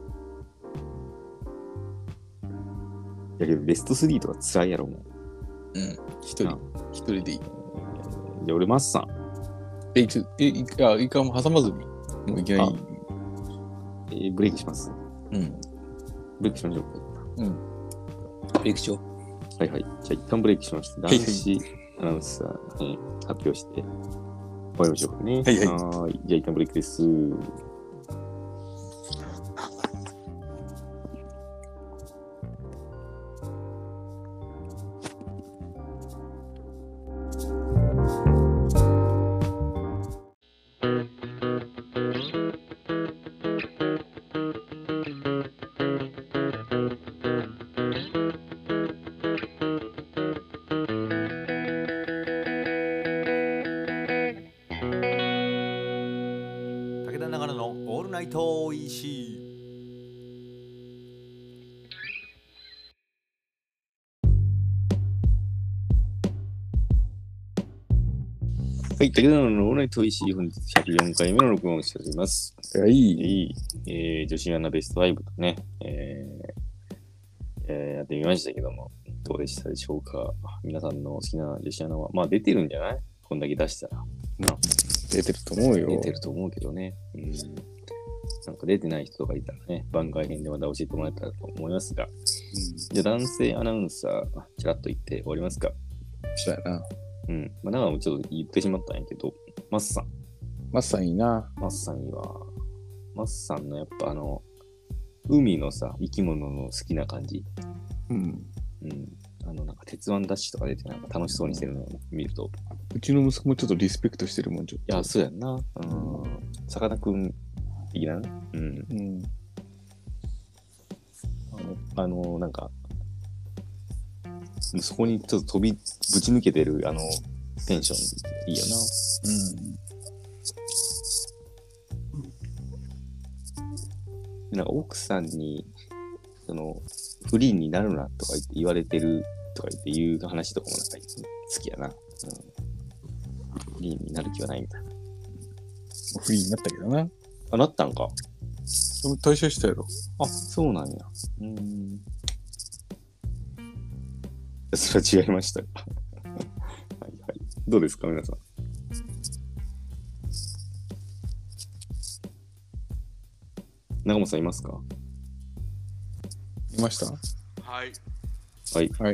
だけどベストスリーとか辛いやろもうん。一人、一人でいい。 じゃあ俺、マスさん。 え、ちょ、え、いか、いかも挟まずに、もういきなり。 えー、ブレーキします。 うん。 ブレーキしましょうか。 うん。ブレーキしよう。はいはい。じゃあ一旦ブレーキしまして、男子アナウンサーに発表して終わりましょうかね。 はいはい。 はい。じゃあ一旦ブレーキです。はい、武田のオールナイト石井本日ひゃくよんかいめの録音をしております。 はい。 いいえー、女子アナベストごとね、えーえー、やってみましたけども、どうでしたでしょうか。皆さんの好きな女子アナは、まあ出てるんじゃない？こんだけ出したら。まあ、 出てると思うよ。 出てると思うけどね。うん。なんか出てない人とかいたらね、番外編でまた教えてもらえたらと思いますが。うん、じゃあ男性アナウンサー、ちらっと言って終わりますか。 そうやな。 うん。まあ、長野もちょっと言ってしまったんやけど、マスさん。 マスさんいいな。 マスさんいいわ。マスさんのやっぱあの、海のさ、生き物の好きな感じ。 うん。 うん。あの、なんか、鉄腕ダッシュとか出て、なんか楽しそうにしてるのを見ると。 うちの息子もちょっとリスペクトしてるもん、ちょっと。いや、そうやんな。うん。さかなクン的なね。うん。うん。あの、あのなんか、そこにちょっと飛び、ぶち抜けてる、あの、テンション、いいよな。うん。なんか、奥さんに、その、フリーになるなとか言って言われてるとか言って言う話とかもなんか好きやな。うん。フリーになる気はないみたいな。 フリーになったけどな。 あ、なったんか。 退社したやろ。 あ、そうなんや。うん。それは違いました。はいはい。どうですか、皆さん。中本さんいますか？ いました？ はい。 はい。 はい。 聞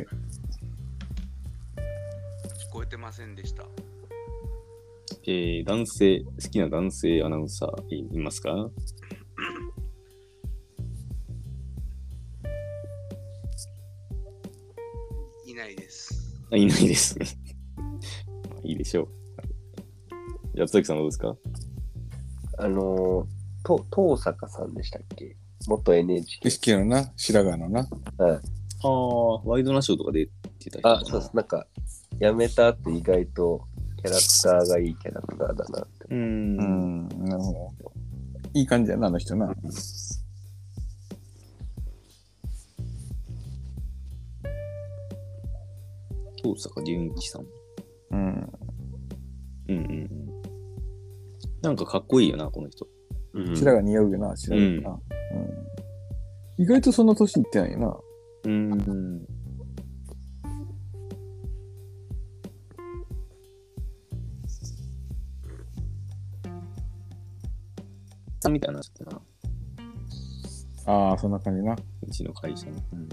こえてませんでした。 えー、男性、好きな男性アナウンサーいますか？ いないです。 あ、いないです。いいでしょう。じゃあ、津崎さんはどうですか？ あのー、と、東坂さんでしたっけ？元 エヌエイチケー。 好きなのな、白髪のな。 はい。 ああ、ワイドナショーとか出てた人。 あ、そうです。なんか、辞めた後意外とキャラクターがいいキャラクターだなって。 うーん。 うん、なるほど。いい感じやな、あの人な。 東坂淳一さん。 うん。 うんうんうん。なんかかっこいいよな、この人。 うん、白髪似合うよな、白髪な、うんうん。意外とそんな年いってないよな。 うん。さんみたいな人な。 ああ、そんな感じな。 うちの会社の。うん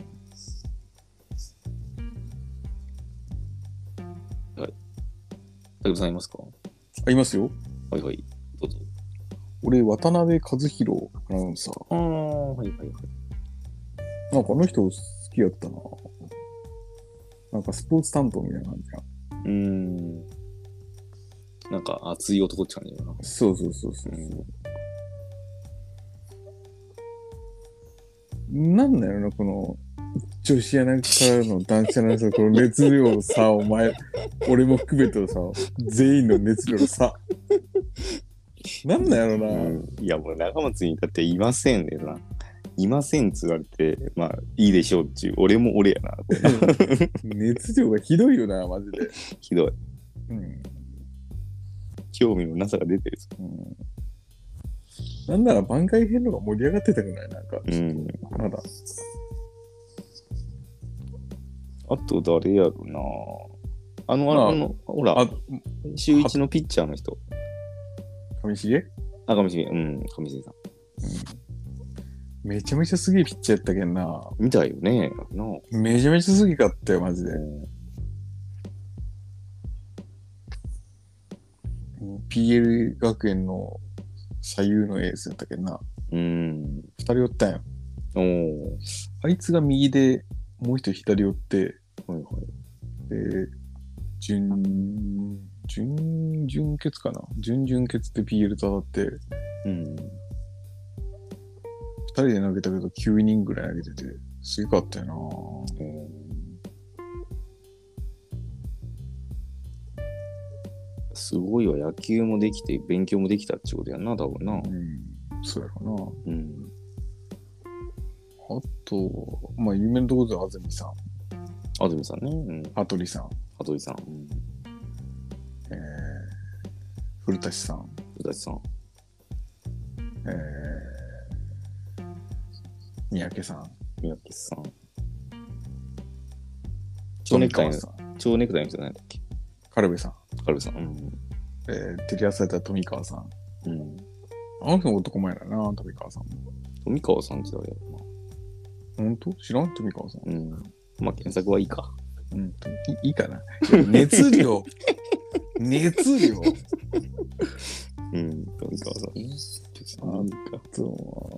はい。武部さんいますか？ あ、いますよ。 はいはい。どうぞ。 俺、渡辺和弘アナウンサー。 ああ、はいはいはい。 なんかあの人好きやったな。なんかスポーツ担当みたいな感じや。 うーん。なんか熱い男って感じだな。 そうそうそうそう。うん、なんだよな、この女子アナからの男子アナのこの熱量さ、お前、俺も含めてさ、全員の熱量の差。なんだよな、うん。 いや、もう中松にだっていませんねな。いませんっつ言われて、まあいいでしょうっていう、俺も俺やな。 熱量がひどいよな、マジで。 ひどい。 うん、 興味のなさが出てる。うん、 なんなら番外編の方が盛り上がってたくないなんか。 うん。 まだ。 あと誰やろな。あの、あの、あのほら、週一のピッチャーの人。 上重あ、上重、うん、上重さん。 うん、めちゃめちゃすげえピッチャーやったけんな。 みたいよね。 なめちゃめちゃすげかったよ、マジで。うんピーエル 学園の左右のエースやったけんな。 うん。 二人おったんよ。 おー。 あいつが右で、もう一人左おって、 はいはい。 で、準、準、準決かな準々決で ピーエル と当たって、うん。二人で投げたけどきゅうイニングぐらい投げてて、すげかったよな。うんすごいわ、野球もできて、勉強もできたってことやんな、多分な。うん、 そうやろな。うん。あと、まあ、有名なところでは安住さん。 安住さんね。うん。 羽鳥さん。 羽鳥さん。うん、 えー、古舘さん。 古舘さん。 えー、三宅さん。 三宅さん。蝶ネクタイの、蝶ネクタイの人なんだっけ？ カルベさん。 カルベさん。うん。 えー、テレ朝やった富川さん。うん。あの人も男前だな、富川さんも。 富川さんって誰やろな。ほんと知らん富川さん。 うん。まあ、検索はいいか。 うん。いいいかな。熱量。熱量。 うん。富川さん。 あとは、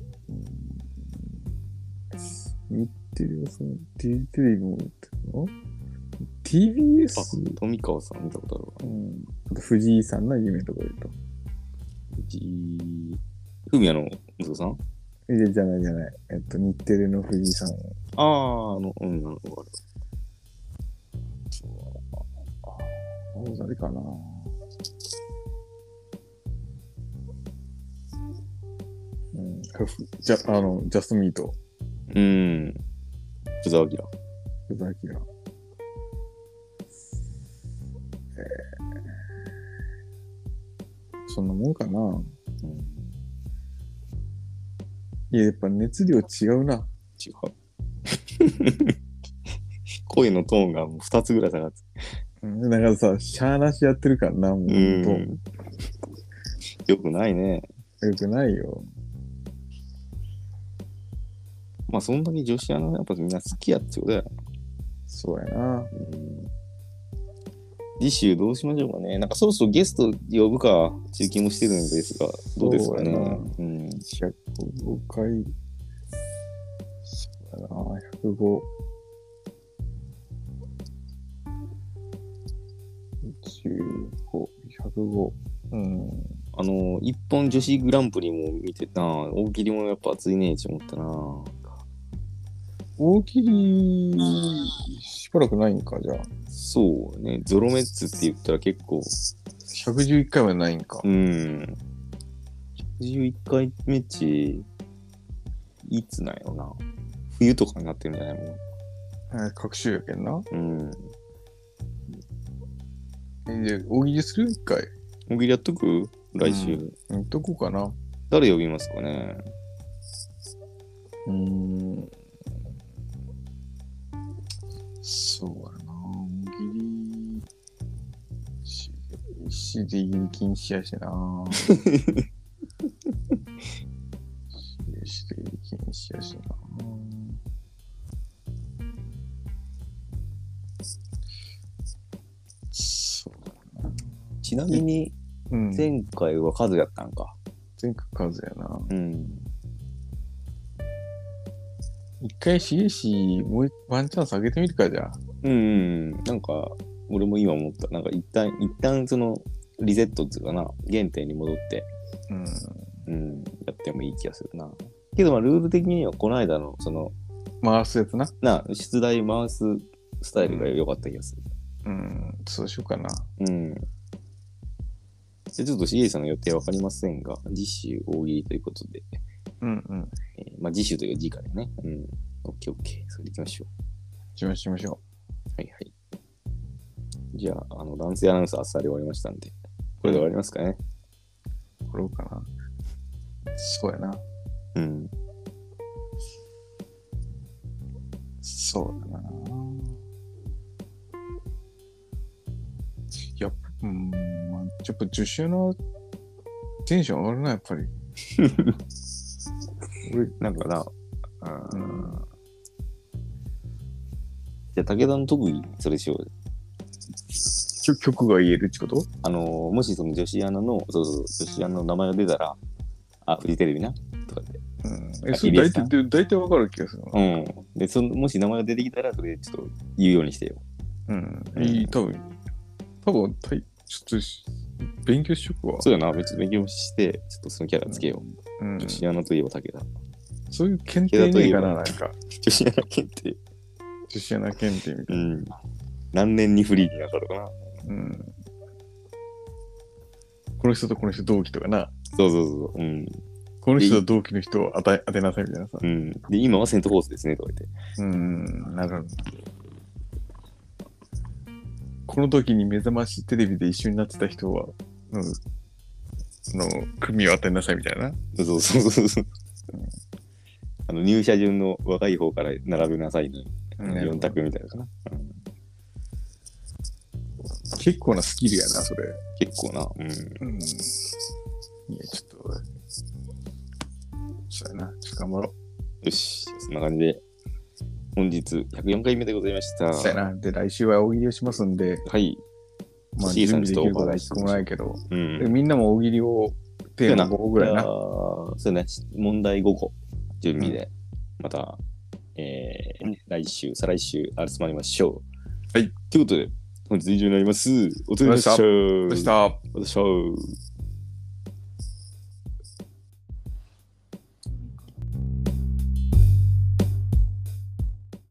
日テレさん、テレビもやってるのティービーエス? あ、富川さん見たことあるわ。 うん。あと藤井さんの有名なところで言うと。 藤井。フミヤの息子さん？ いや、じゃないじゃない。えっと、日テレの藤井さん。 ああ、あの、うん、なるほど。 そう。誰かな。うん。じゃ、あの、ジャストミート。 うん。福沢明。 福沢明。そんなもんかな。うん、いや、やっぱ熱量違うな。 違う。声のトーンがもうふたつぐらい下がって。 うん、だからさ、シャーなしやってるからな、もう。うん。 よくないね。 よくないよ。 まあ、そんだけ女子アナやっぱみんな好きやってことだよ。 そうやな。うん次週どうしましょうかね。なんかそろそろゲスト呼ぶか中継もしてるんですが、どうですかね。うん。 ひゃくごかい。そうだな、ひゃくご。じゅうご、ひゃくご。うん。 あの、一本女子グランプリも見てた。大喜利もやっぱ熱いねって思ったな。 大喜利、しばらくないんか、じゃあ。 そうね。ゾロメッツって言ったら結構。 ひゃくじゅういっかいはないんか。 うん。ひゃくじゅういっかいめっち、いつなんやろな。冬とかになってるんじゃないもん。 えー、各週やけんな。 うん。 えー、大喜利する一回。 大喜利やっとく来週。 うん、やっとこうかな。 誰呼びますかね。 うーん。そうやな。大喜利。し、しで入り禁止やしな。しで入り禁止やしな。そうだな。 ちなみに、前回は数やったんか。 前回数やな。 うん。 一回しげし、もうワンチャンス上げてみるか、じゃあ。 うん、なんか、俺も今思った。なんか一旦、一旦その、リセットっていうかな、原点に戻って、うん、うん、やってもいい気がするな。けど、まあ、ルール的には、この間の、その、 回すやつな。 な、出題回すスタイルが良かった気がする。 うん、うん、そうしようかな。 うん。じゃちょっとしげさんの予定わかりませんが、次週大喜利ということで。 うんうん。 えー、まあ次週というか次回ね。うん。オッケーオッケー。それで行きましょう。 行きましょう。はいはい。じゃあ、あの、男性アナウンサーあっさり終わりましたんで、これで終わりますかね。 終わろうかな。そうやな。 うん。 そうだな。 やっぱ、うん、まあ、やっぱ女子アナテンション上がるな、やっぱり。 俺、なんかな、うん、じゃあ、武田の特技、それしよう。 曲が言えるってこと？ あのー、もしその女子アナの、そうそう、女子アナの名前が出たら、あ、フジテレビな、とかで。 うん、え、それ大体、大体わかる気がするな。 うん。で、その、もし名前が出てきたら、それちょっと言うようにしてよ。 うん。いい、多分、多分、たいちょっと、勉強しとくわ。 そうやな、別に勉強して、ちょっとそのキャラつけよう。うん。女子アナといえば武田。 そういう検定ねえかな、なんか。 女子アナ検定。 女子アナ検定みたいな。うん。 何年にフリーになったのかな。 うん。この人とこの人同期とかな。 そうそうそう。うん。 この人と同期の人を当て、当てなさいみたいなさ。 うん。で、今はセントフォースですね、とか言って。 うん、なるほど。この時に目覚ましテレビで一緒になってた人は、うん、の組を当てなさいみたいな。 そうそうそうそう。うん、あの入社順の若い方から並べなさいの、ね、よん択みたいなかな、うん。 結構なスキルやな、それ。 結構な。うん。うん、いや、ちょっと、そうやな。ちょっと頑張ろう。よし、そんな感じで、本日ひゃくよんかいめでございました。 そうやな。で、来週は大喜利をしますんで、 はい。 まあ、準備できることはいっこもないけど、うん、でみんなも大喜利をテーマごこぐらいな。 そうね。問題ごこ準備で、うん、また、えー、来週、再来週、集まりましょう。はい。 ということで、本日以上になります。お疲れ様でした。 お疲れ様でした。 お疲れ様でした。